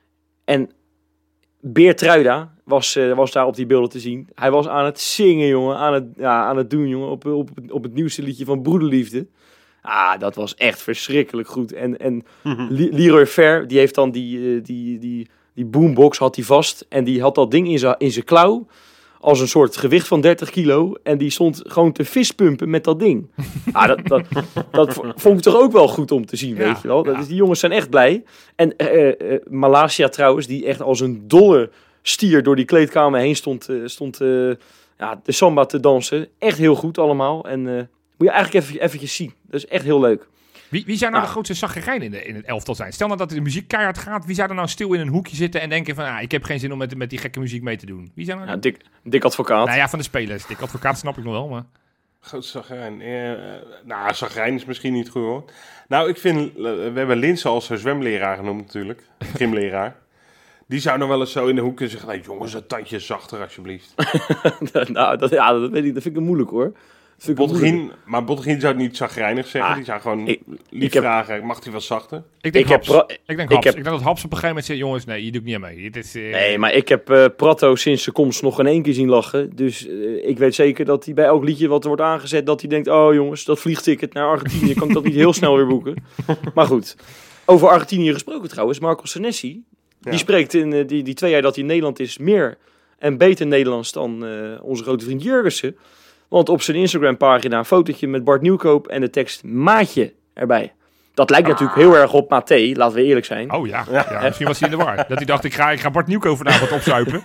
En Beertruida was, eh, was daar op die beelden te zien. Hij was aan het zingen, jongen. Aan het, ja, aan het doen, jongen. Op, op, op het nieuwste liedje van Broederliefde. Ah, dat was echt verschrikkelijk goed. En, en Li- Leroy Fair, die heeft dan die, eh, die, die, die boombox had hij vast. En die had dat ding in zijn in zijn klauw. Als een soort gewicht van dertig kilo. En die stond gewoon te vispumpen met dat ding. Ah, dat, dat, dat v- vond ik toch ook wel goed om te zien, Ja, weet je wel. Dat ja. is, die jongens zijn echt blij. En eh eh, Malasia trouwens, die echt als een dolle stier door die kleedkamer heen stond, eh, stond eh, ja, de samba te dansen. Echt heel goed allemaal. En eh, moet je eigenlijk even, eventjes zien. Dat is echt heel leuk. Wie, wie zou nou Ah. de grootste zaggerijn in, de, in het elftal zijn? Stel nou dat de muziek keihard gaat. Wie zou er nou stil in een hoekje zitten en denken van... Ah, ik heb geen zin om met, met die gekke muziek mee te doen. Wie zou nou... Ja, dik, dik advocaat. Nou ja, van de spelers. Dik advocaat snap ik nog wel, maar... Groot zagrijn. Eh, nou, zagrijn is misschien niet goed, hoor. Nou, ik vind... eh, we hebben Linse als zwemleraar genoemd, natuurlijk. Gymleraar. Die zou nog wel eens zo in de hoek kunnen zeggen... Nee, jongens, een tandje zachter, alsjeblieft. nou, dat, ja, dat, weet ik, dat vind ik moeilijk hoor. Dat vind ik moeilijk. Bottegien, maar Bottegien zou het niet zagrijnig zeggen. Ah, die zou gewoon ik- lief ik heb- vragen... Mag hij wat zachter? Ik denk Ik heb, Haps. pra- ik denk ik Haps. heb- Ik denk dat Haps op een gegeven moment zegt... Jongens, nee, hier doe ik niet aan mee. Dit is, eh, Nee, maar ik heb eh, Prato sinds zijn komst nog in één keer zien lachen. Dus eh, ik weet zeker dat hij bij elk liedje wat er wordt aangezet... dat hij denkt, oh jongens, dat vliegticket naar Argentinië... kan ik dat niet heel snel weer boeken. Maar goed, over Argentinië gesproken trouwens. Marco Senesi, Ja. die spreekt in eh, die, die twee jaar dat hij in Nederland is... meer en beter Nederlands dan eh, onze grote vriend Jurgensen. Want op zijn Instagram-pagina een fotootje met Bart Nieuwkoop... en de tekst maatje erbij. Dat lijkt natuurlijk heel erg op Maté, laten we eerlijk zijn. Oh ja. ja. Misschien was hij in de war. Dat hij dacht, ik ga, ik ga Bart Nieuwkoop vanavond opzuipen.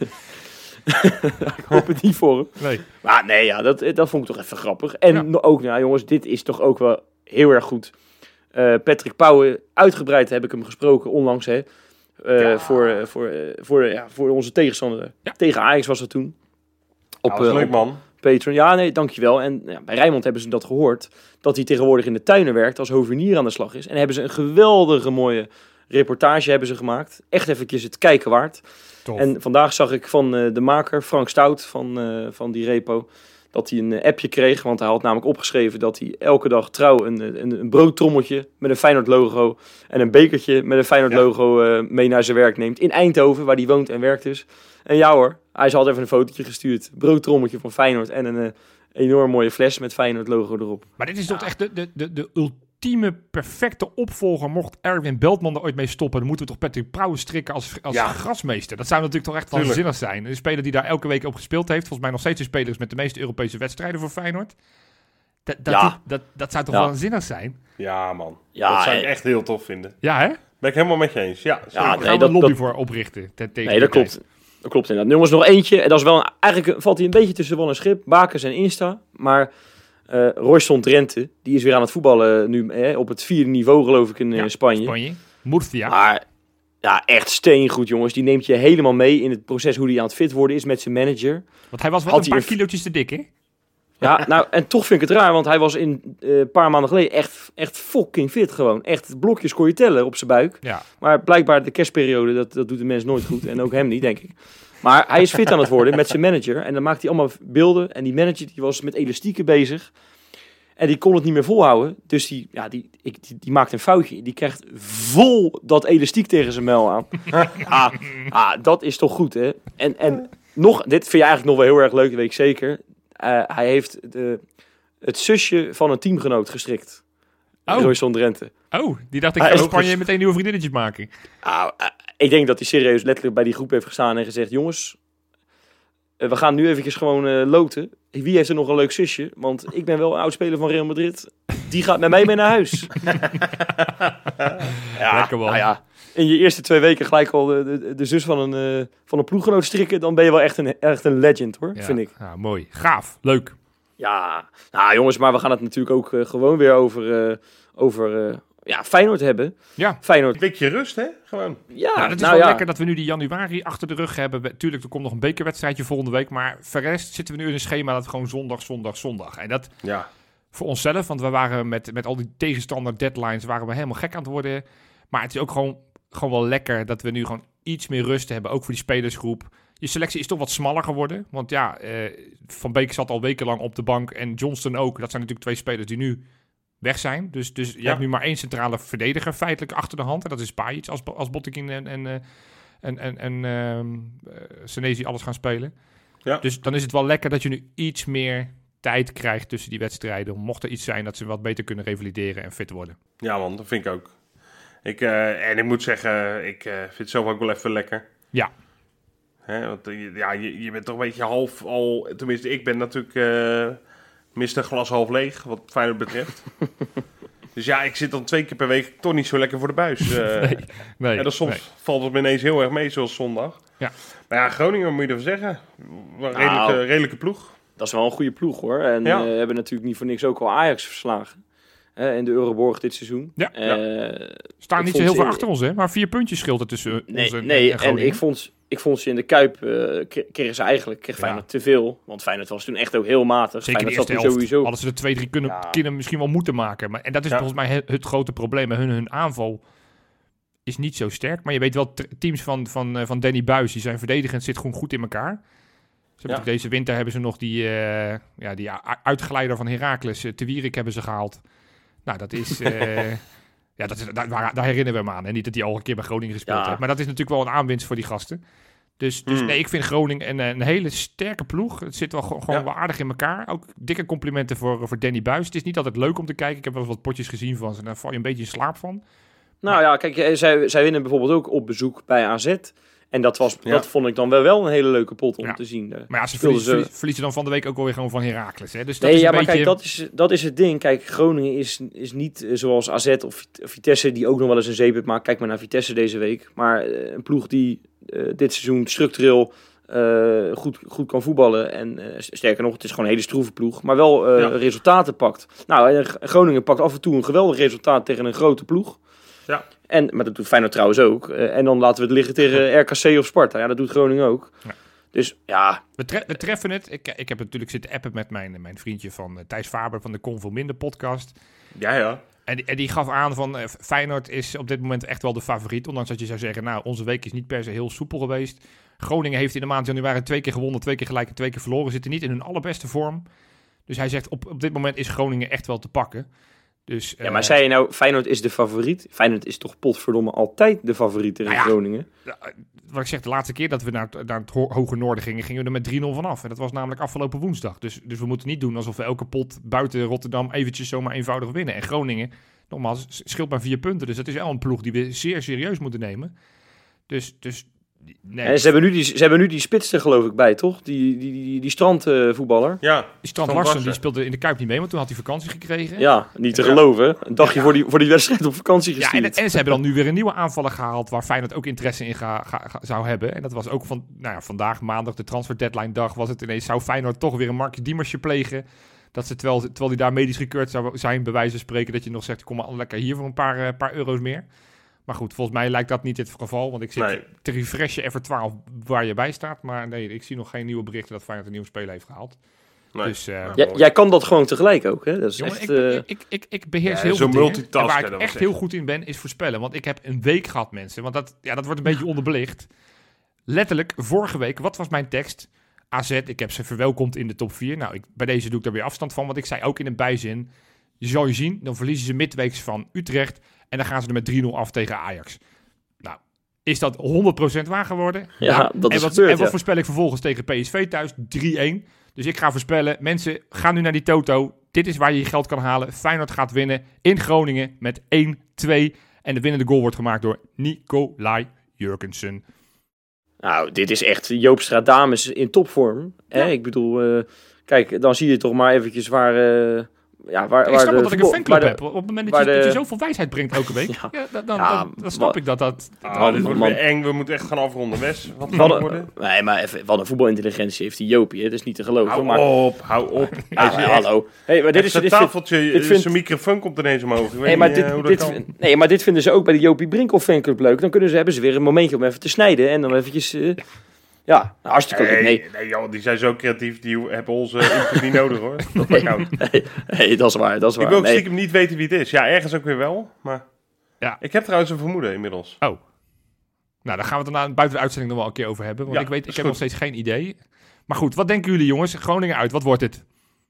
Ik hoop het niet voor hem. Nee. Maar nee, ja, dat, dat vond ik toch even grappig. En Ja. no- ook, nou jongens, dit is toch ook wel heel erg goed. Eh, Patrick Pauwen, uitgebreid heb ik hem gesproken onlangs, hè. Eh, Ja. Voor, eh, voor, eh, voor, ja, voor onze tegenstander. Ja. Tegen Ajax was dat toen. Op, Ja, dat is eh, leuk, op man. Patreon. Ja, nee, dankjewel. En ja, bij Rijnmond hebben ze dat gehoord. Dat hij tegenwoordig in de tuinen werkt, als hovenier aan de slag is. En hebben ze een geweldige mooie reportage hebben ze gemaakt. Echt eventjes het kijken waard. Tof. En vandaag zag ik van eh, de maker, Frank Stout, van, eh, van die repo, dat hij een eh, appje kreeg. Want hij had namelijk opgeschreven dat hij elke dag trouw een, een, een broodtrommeltje met een Feyenoord logo en een bekertje met een Feyenoord Ja. logo eh, mee naar zijn werk neemt. In Eindhoven, waar hij woont en werkt dus. En ja hoor, hij had even een fotootje gestuurd. Broodtrommeltje van Feyenoord en een eh, enorm mooie fles met Feyenoord logo erop. Maar dit is toch echt de, de, de, de ultieme perfecte opvolger. Mocht Erwin Beltman er ooit mee stoppen, dan moeten we toch Patrick Prouwen strikken als, als Ja. grasmeester. Dat zou natuurlijk toch echt Tuurlijk. waanzinnig zijn. Een speler die daar elke week op gespeeld heeft. Volgens mij nog steeds een speler is met de meeste Europese wedstrijden voor Feyenoord. Dat, dat, Ja. dat, dat zou toch Ja. waanzinnig zijn? Ja, man. Ja, dat zou ik eh, echt heel tof vinden. Ja, hè? Ben ik helemaal met je eens. Ja, Ja, zeker. Daar nee, gaan we dat- een lobby dat- voor oprichten. Ten, tegen Nee, dat die tijd. klopt. Dat klopt inderdaad. Jongens, nog eentje. En dat is wel een, eigenlijk valt hij een beetje tussen wal en schip. Bakers en Insta. Maar uh, Royston Drenthe, die is weer aan het voetballen nu eh, op het vierde niveau geloof ik in Ja, uh, Spanje. Spanje. Murcia. Maar ja, echt steengoed jongens. Die neemt je helemaal mee in het proces hoe hij aan het fit worden is met zijn manager. Want hij was wel Had een hij paar een- kilootjes te dik, hè? Ja, nou, en toch vind ik het raar, want hij was in een uh, paar maanden geleden echt, echt fucking fit gewoon. Echt blokjes kon je tellen op zijn buik. Ja. Maar blijkbaar de kerstperiode, dat, dat doet de mens nooit goed. En ook hem niet, denk ik. Maar hij is fit aan het worden met zijn manager. En dan maakt hij allemaal beelden. En die manager die was met elastieken bezig. En die kon het niet meer volhouden. Dus die, ja, die, ik, die, die maakt een foutje. Die krijgt vol dat elastiek tegen zijn mel aan. ah, ah, dat is toch goed, hè? En, en nog, dit vind je eigenlijk nog wel heel erg leuk, dat weet ik zeker. Uh, hij heeft de, het zusje van een teamgenoot gestrikt. Oh. Royston Drenthe. Oh, die dacht ik Hij ga is in Spanje ges- meteen nieuwe vriendinnetjes maken. Ah, uh, ik denk dat hij serieus letterlijk bij die groep heeft gestaan en gezegd... Jongens, uh, we gaan nu eventjes gewoon uh, loten. Wie heeft er nog een leuk zusje? Want ik ben wel een oudspeler van Real Madrid. Die gaat met mij mee naar huis. ja, Lekker man. nou ja, in je eerste twee weken gelijk al de, de, de zus van een, uh, van een ploeggenoot strikken... dan ben je wel echt een, echt een legend, hoor, Ja, vind ik. Ja, mooi. Gaaf. Leuk. Ja, nou jongens, maar we gaan het natuurlijk ook uh, gewoon weer over, uh, over uh, ja, Feyenoord hebben. Ja. Feyenoord, Een beetje rust, hè? Gewoon. ja, Nou, dat is nou wel ja. lekker dat we nu die januari achter de rug hebben. We- Tuurlijk, er komt nog een bekerwedstrijdje volgende week. Maar voor de rest zitten we nu in een schema dat gewoon zondag, zondag, zondag. En dat Ja. voor onszelf, want we waren met, met al die tegenstander deadlines waren we helemaal gek aan het worden. Maar het is ook gewoon, gewoon wel lekker dat we nu gewoon iets meer rust hebben. Ook voor die spelersgroep. Je selectie is toch wat smaller geworden. Want ja, eh, Van Beek zat al wekenlang op de bank. En Johnston ook. Dat zijn natuurlijk twee spelers die nu weg zijn. Dus, dus je Ja. hebt nu maar één centrale verdediger feitelijk achter de hand. En dat is Pajic als, als Botteguin en, en, eh, en, en, en ehm, eh, Senesi alles gaan spelen. Ja. Dus dan is het wel lekker dat je nu iets meer tijd krijgt tussen die wedstrijden. Mocht er iets zijn dat ze wat beter kunnen revalideren en fit worden. Ja man, dat vind ik ook. Ik, uh, en ik moet zeggen, ik uh, vind het zelf ook wel even lekker. Ja. Hè, want uh, ja, je, je bent toch een beetje half al... Tenminste, ik ben natuurlijk uh, mister glas half leeg, wat Feyenoord betreft. Dus ja, ik zit dan twee keer per week toch niet zo lekker voor de buis. Uh, Nee, nee, en dan soms nee. valt het me ineens heel erg mee, zoals zondag. Ja. Maar ja, Groningen moet je ervan zeggen. Wel Een Nou. redelijke, redelijke ploeg. Dat is wel een goede ploeg hoor. En Ja. uh, hebben natuurlijk niet voor niks ook al Ajax verslagen. Uh, in de Euroborg dit seizoen. Ja. Uh, Staan ik niet vond zo heel ze- veel achter ons, hè? Maar vier puntjes scheelt er tussen Nee, ons en, nee en en Groningen. ik vond, ik vond ze in de Kuip, uh, k- kregen ze eigenlijk kreeg Ja. Feyenoord te veel. Want Feyenoord was toen echt ook heel matig. Zeker de Feyenoord eerste zat helft toen sowieso... hadden ze er twee, drie kunnen, Ja. kunnen misschien wel moeten maken. Maar, en dat is Ja. volgens mij het, het grote probleem. Hun, hun aanval is niet zo sterk. Maar je weet wel, t- teams van, van, uh, van Danny Buis, die zijn verdedigend, zit gewoon goed in elkaar. Ze hebben Ja. Deze winter hebben ze nog die, uh, ja, die u- uitgeleider van Heracles, uh, Te Wierik, hebben ze gehaald. Nou, dat is... Uh, ja, dat is daar, waar- daar herinneren we hem aan. En niet dat hij al een keer bij Groningen gespeeld Ja. heeft. Maar dat is natuurlijk wel een aanwinst voor die gasten. Dus, dus Hmm. nee, ik vind Groningen een, een hele sterke ploeg. Het zit wel gewoon, gewoon Ja. wel aardig in elkaar. Ook dikke complimenten voor, voor Danny Buis. Het is niet altijd leuk om te kijken. Ik heb wel eens wat potjes gezien van ze. Daar val je een beetje in slaap van. Nou ja, kijk, eh, zij, zij winnen bijvoorbeeld ook op bezoek bij A Z. En dat, was, Ja. dat vond ik dan wel, wel een hele leuke pot om Ja. te zien. Eh, Maar ja, ze speelden verliezen, ze- verlie- verliezen dan van de week ook alweer gewoon van Heracles. Hè? Dus dat Nee, is ja, een maar beetje... kijk, dat is, dat is het ding. Kijk, Groningen is, is niet eh, zoals A Z of Vit- Vitesse, die ook nog wel eens een zeepert maakt. Kijk maar naar Vitesse deze week. Maar eh, een ploeg die eh, dit seizoen structureel eh, goed, goed kan voetballen. En eh, sterker nog, het is gewoon een hele stroeve ploeg. Maar wel eh, Ja. resultaten pakt. Nou, en G- Groningen pakt af en toe een geweldig resultaat tegen een grote ploeg. Ja. En, maar dat doet Feyenoord trouwens ook. Eh, en dan laten we het liggen tegen R K C of Sparta. Ja, dat doet Groningen ook. Ja. Dus ja, We, tre- we treffen het. Ik, ik heb natuurlijk zitten appen met mijn, mijn vriendje van uh, Thijs Faber van de Convo Minder podcast. Ja, ja. En die, en die gaf aan van uh, Feyenoord is op dit moment echt wel de favoriet. Ondanks dat je zou zeggen, nou, onze week is niet per se heel soepel geweest. Groningen heeft in de maand januari twee keer gewonnen, twee keer gelijk en twee keer verloren. Zitten niet in hun allerbeste vorm. Dus hij zegt, op, op dit moment is Groningen echt wel te pakken. Dus, Ja, uh, maar zei je nou, Feyenoord is de favoriet? Feyenoord is toch potverdomme altijd de favoriet tegen Nou ja. Groningen? wat ik zeg, de laatste keer dat we naar het, naar het ho- hoge noorden gingen, gingen we er met drie nul vanaf. En dat was namelijk afgelopen woensdag. Dus, dus we moeten niet doen alsof we elke pot buiten Rotterdam eventjes zomaar eenvoudig winnen. En Groningen, nogmaals, scheelt maar vier punten. Dus dat is wel een ploeg die we zeer serieus moeten nemen. Dus, dus Nee, En ze hebben nu die, ze hebben nu die spits er geloof ik bij, toch? Die, die, die, die strandvoetballer. Ja, die Strand Van Larsen Larsen. die speelde in de Kuip niet mee, want toen had hij vakantie gekregen. Ja, niet te Ja. geloven. Een dagje voor, die, voor die wedstrijd op vakantie Ja, gestuurd. en, en ze hebben dan nu weer een nieuwe aanvaller gehaald waar Feyenoord ook interesse in ga, ga, ga- zou hebben. En dat was ook van, nou ja, vandaag, maandag, de transfer deadline dag, was het ineens, zou Feyenoord toch weer een Marcus Diemersje plegen. Dat ze, terwijl, terwijl hij daar medisch gekeurd zou zijn, bij wijze van spreken, dat je nog zegt, kom maar lekker hier voor een paar, eh, paar euro's meer. Maar goed, volgens mij lijkt dat niet het geval, want ik zit Nee. te refreshen even twaalf waar je bij staat. Maar nee, ik zie nog geen nieuwe berichten dat Feyenoord een nieuwe speler heeft gehaald. Nee. Dus uh, Ja. Jij, jij kan dat gewoon tegelijk ook, hè? Dat is jongen, echt... ik, eh, ik, ik, ik beheers Ja, heel zo'n veel dingen. multitasker, En waar dat ik was echt echt- heel goed in ben, is voorspellen. Want ik heb een week gehad, mensen. Want dat, ja, dat wordt een beetje onderbelicht. Letterlijk, vorige week, wat was mijn tekst? A Z, ik heb ze verwelkomd in de top vier. Nou, ik, bij deze doe ik daar weer afstand van. Want ik zei ook in een bijzin, je zal je zien, dan verliezen ze midweeks van Utrecht. En dan gaan ze er met drie nul af tegen Ajax. Nou, is dat honderd procent waar geworden? Ja, dat en is wat, gebeurd, En wat ja. voorspel ik vervolgens tegen P S V thuis? drie-een. Dus ik ga voorspellen, mensen, ga nu naar die Toto. Dit is waar je je geld kan halen. Feyenoord gaat winnen in Groningen met één-twee. En de winnende goal wordt gemaakt door Nicolai Jurgensen. Nou, dit is echt Joopstra dames in topvorm. Hè? Ja. Ik bedoel, eh, kijk, dan zie je toch maar eventjes waar... eh, ja, waar, Ik waar snap de wel dat ik een voetbal- fanclub waar de- heb. Op het moment dat waar je, dat de- je zoveel wijsheid brengt elke week, ja. Ja. dan, dan, Ja, dan, dan snap wat- ik dat dat... Ah, Man, dit wordt man. weer eng. We moeten echt gaan afronden. Wes, wat Wat gaat het een, worden? nee, maar even, wat een voetbalintelligentie heeft die Jopie, hè? Dat is niet te geloven. Hou maar, op, hou op. Ja, Hij maar is echt- hallo. Hey, maar dit Dit is... zijn Dit vind- tafeltje, dit vindt- zijn microfoon komt ineens omhoog. Ik weet nee, maar niet, eh, hoe dit, dat dit, kan. nee, maar dit vinden ze ook bij de Jopie Brinkel fanclub leuk. Dan kunnen ze, hebben ze weer een momentje om even te snijden en dan eventjes... eh, ja, nou, hartstikke leuk. Nee, Nee, nee joh, die zijn zo creatief, die hebben onze input niet nodig hoor. Dat maakt uit. nee, nee, dat is waar, dat is waar. Ik wil ook Nee. stiekem niet weten wie het is. Ja, ergens ook weer wel, maar... Ja. Ik heb trouwens een vermoeden inmiddels. Oh. Nou, daar gaan we het dan buiten de uitzending nog wel een keer over hebben. Want Ja, ik weet, is ik heb goed. nog steeds geen idee. Maar goed, wat denken jullie jongens? Groningen uit, wat wordt het?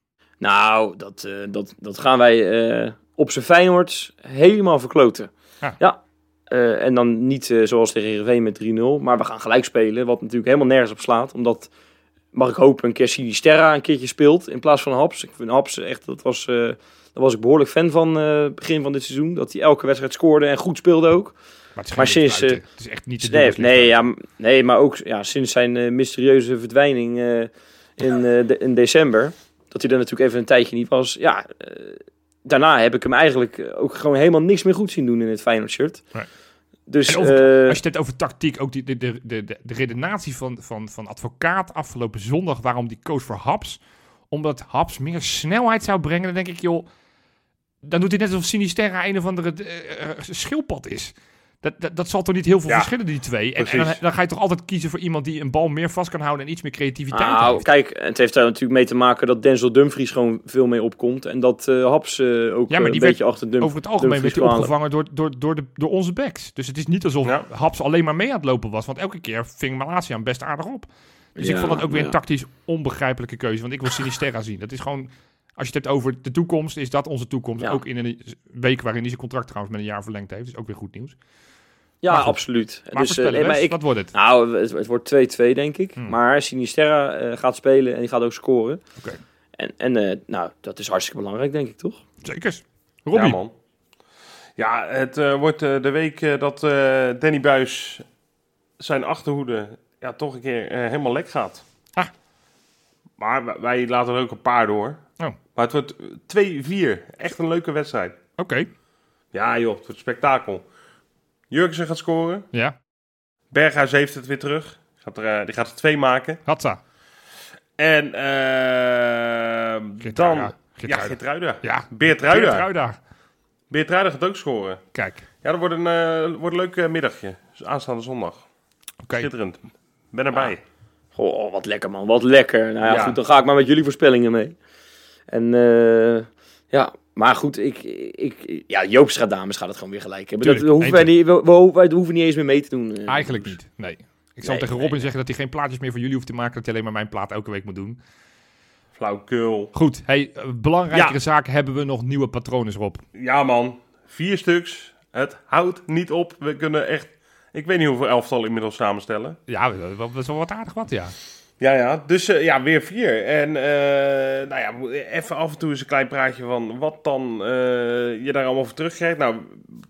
Nou, dat, eh, dat, dat gaan wij eh, op zijn Feyenoord helemaal verkloten. Ja. Ja. Eh, en dan niet eh, zoals tegen Heerenveen met drie nul, maar we gaan gelijk spelen. Wat natuurlijk helemaal nergens op slaat. Omdat, mag ik hopen, een keer Sinisterra een keertje speelt in plaats van Haps. Ik vind Haps echt, dat was, eh, daar was ik behoorlijk fan van uh, begin van dit seizoen. Dat hij elke wedstrijd scoorde en goed speelde ook. Maar, het is Maar geen sinds, licht buiten. eh, Het is echt niet te Nee, doen. nee, ja, m- nee, maar ook ja, sinds zijn eh, mysterieuze verdwijning eh, in, eh, de- in december, dat hij er natuurlijk even een tijdje niet was. Ja, eh, daarna heb ik hem eigenlijk eh, ook gewoon helemaal niks meer goed zien doen in het Feyenoord shirt. Nee. Dus En over- eh, Als je het hebt over tactiek, ook die, de, de, de, de, de redenatie van, van, van advocaat afgelopen zondag, waarom die koos voor Haps, omdat Haps meer snelheid zou brengen, dan denk ik, joh, dan doet hij net alsof Sinisterra een of andere uh, uh, schildpad is. Dat, dat, dat zal toch niet heel veel Ja, verschillen, die twee. En, en dan, precies. dan ga je toch altijd kiezen voor iemand die een bal meer vast kan houden en iets meer creativiteit nou, heeft. kijk, het heeft daar natuurlijk mee te maken dat Denzel Dumfries gewoon veel mee opkomt. En dat eh, Haps eh, ook Ja, maar eh, die een beetje achter Dumfries. Over het algemeen werd hij Dumfries opgevangen door, door, door, de, door onze backs. Dus het is niet alsof Ja. Haps alleen maar mee aan het lopen was. Want elke keer ving Malasia hem best aardig op. Dus ik Ja, vond dat ook weer ja. een tactisch onbegrijpelijke keuze. Want ik wil Sinisterra zien. Dat is gewoon, als je het hebt over de toekomst, is dat onze toekomst. Ja. Ook in een week waarin hij zijn contract trouwens met een jaar verlengd heeft. Dus ook weer goed nieuws. Ja, Maar goed. absoluut. Maar dus, eh, voorspellen, nee, Wes, maar ik, wat wordt het? Nou, het, het wordt twee-twee, denk ik. Hmm. Maar Sinisterra eh, gaat spelen en die gaat ook scoren. Oké. En, en eh, nou, dat is hartstikke belangrijk, denk ik, toch? Zeker. Robbie. Ja, man. Ja, het eh, wordt eh, de week eh, dat eh, Danny Buis zijn achterhoede ja, toch een keer eh, helemaal lek gaat. Ah. Maar wij- wij laten er ook een paar door. Oh. Maar het wordt twee vier. Echt een leuke wedstrijd. Oké. Ja joh, het wordt spektakel. Jurgensen gaat scoren. Ja. Berghuis heeft het weer terug. Gaat er, eh, die gaat er twee maken. Hatsa. En uh, dan... Geertruida. Ja, Geertruida. Ja. Beertruida. Geertruida. Beertruida gaat ook scoren. Kijk. Ja, dat wordt een, eh, wordt een leuk eh, middagje. Dus aanstaande zondag. Oké. Schitterend. Ben erbij. Goh, wat lekker, man. Wat lekker. Nou ja, Ja. goed, dan ga ik maar met jullie voorspellingen mee. En eh, ja, maar goed, ik, ik, ja, Joopstra dames gaat het gewoon weer gelijk hebben. Dat, Tuurlijk, hoeven wij, niet, we, we, wij hoeven niet eens meer mee te doen. eh. Eigenlijk niet. Nee. Ik zal Nee, tegen nee, Robin zeggen dat hij geen plaatjes meer voor jullie hoeft te maken. Dat hij alleen maar mijn plaat elke week moet doen. Flauwkul. Goed, hey, eh, belangrijkere Ja. zaken hebben we nog nieuwe patronen Rob. Ja man, vier stuks. Het houdt niet op. We kunnen echt... Ik weet niet hoeveel elftal inmiddels samenstellen. Ja, dat is wel wat aardig wat, ja. Ja, ja. Dus eh, ja, weer vier. En eh, nou ja, even af en toe eens een klein praatje van wat dan eh, je daar allemaal voor terugkrijgt. Nou,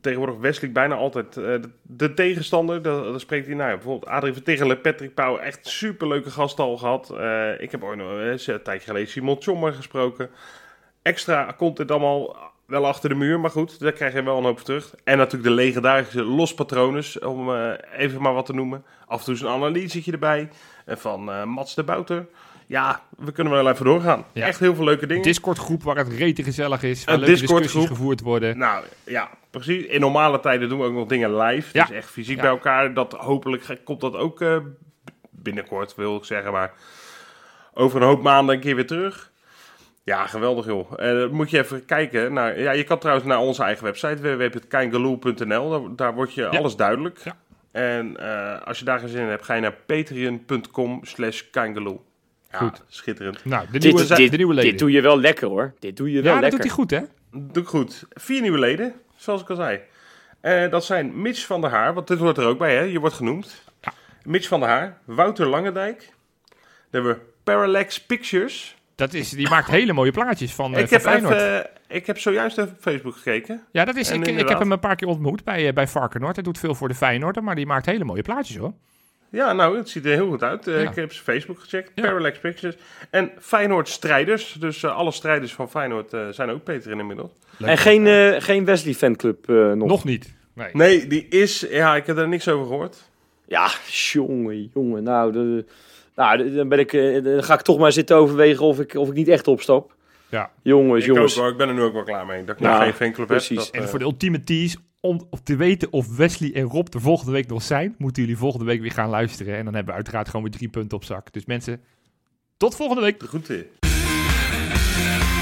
tegenwoordig Wesley bijna altijd uh, de, de tegenstander. Dan spreekt hij, nou ja, bijvoorbeeld Adrie van Tichelen, Patrick Pauw, echt superleuke gasten al gehad. Uh, ik heb ooit nog uh, een tijdje geleden Simon Tjommer gesproken. Extra content allemaal wel achter de muur, maar goed, daar krijg je wel een hoop voor terug. En natuurlijk de legendarische Los Patronus, om uh, even maar wat te noemen. Af en toe is een analysetje erbij uh, van uh, Mats de Bouter. Ja, we kunnen wel even doorgaan. Ja. Echt heel veel leuke dingen. Discord-groep waar het rete gezellig is. Waar Een leuke Discord-groep. discussies gevoerd worden. Nou, ja, precies. In normale tijden doen we ook nog dingen live. Ja. Dus echt fysiek Ja. bij elkaar. Dat, hopelijk ge- komt dat ook uh, binnenkort, wil ik zeggen. Maar over een hoop maanden een keer weer terug. Ja, geweldig joh. Uh, moet je even kijken. Naar, ja, je kan trouwens naar onze eigen website, w w w punt kaingeloel punt n l. Daar, daar wordt je alles duidelijk. Ja. En uh, als je daar geen zin in hebt, ga je naar patreon punt com slash kaingeloel. Ja, Goed. schitterend. Nou, de Dit, nieuwe, dit, de nieuwe leden. dit doe je wel lekker hoor. Dit doe je wel ja, dat lekker. doet hij goed, hè? Doe ik goed. Vier nieuwe leden, zoals ik al zei. Uh, dat zijn Mitch van der Haar, want dit hoort er ook bij, hè? Je wordt genoemd. Ja. Mitch van der Haar, Wouter Langendijk. Dan hebben we Parallax Pictures. Dat is, die maakt hele mooie plaatjes van, uh, ik, van heb Feyenoord. even, ik heb zojuist even op Facebook gekeken. Ja, dat is, en ik, ik heb inderdaad. hem een paar keer ontmoet bij, uh, bij Varkenoord. Hij doet veel voor de Feyenoorder, maar die maakt hele mooie plaatjes, hoor. Ja, nou, het ziet er heel goed uit. Uh, Ja. Ik heb zijn Facebook gecheckt. Ja. Parallax Pictures. En Feyenoord strijders. Dus uh, alle strijders van Feyenoord uh, zijn ook Peter in inmiddels. Leuk. En geen, uh, geen Wesley fanclub uh, nog. Nog niet. Nee. Nee, die is... Ja, ik heb er niks over gehoord. Ja, jongen, jongen. Nou, de, nou dan, ben ik, uh, dan ga ik toch maar zitten overwegen of ik, of ik niet echt opstap. Ja. Jongens, Ik ook jongens. hoor. Ik ben er nu ook wel klaar mee. Dat ik Ja, nog geen fanclub heb. precies. Dat, En uh, voor de ultieme tease, om te weten of Wesley en Rob er volgende week nog zijn, moeten jullie volgende week weer gaan luisteren. En dan hebben we uiteraard gewoon weer drie punten op zak. Dus mensen, tot volgende week. de groeten.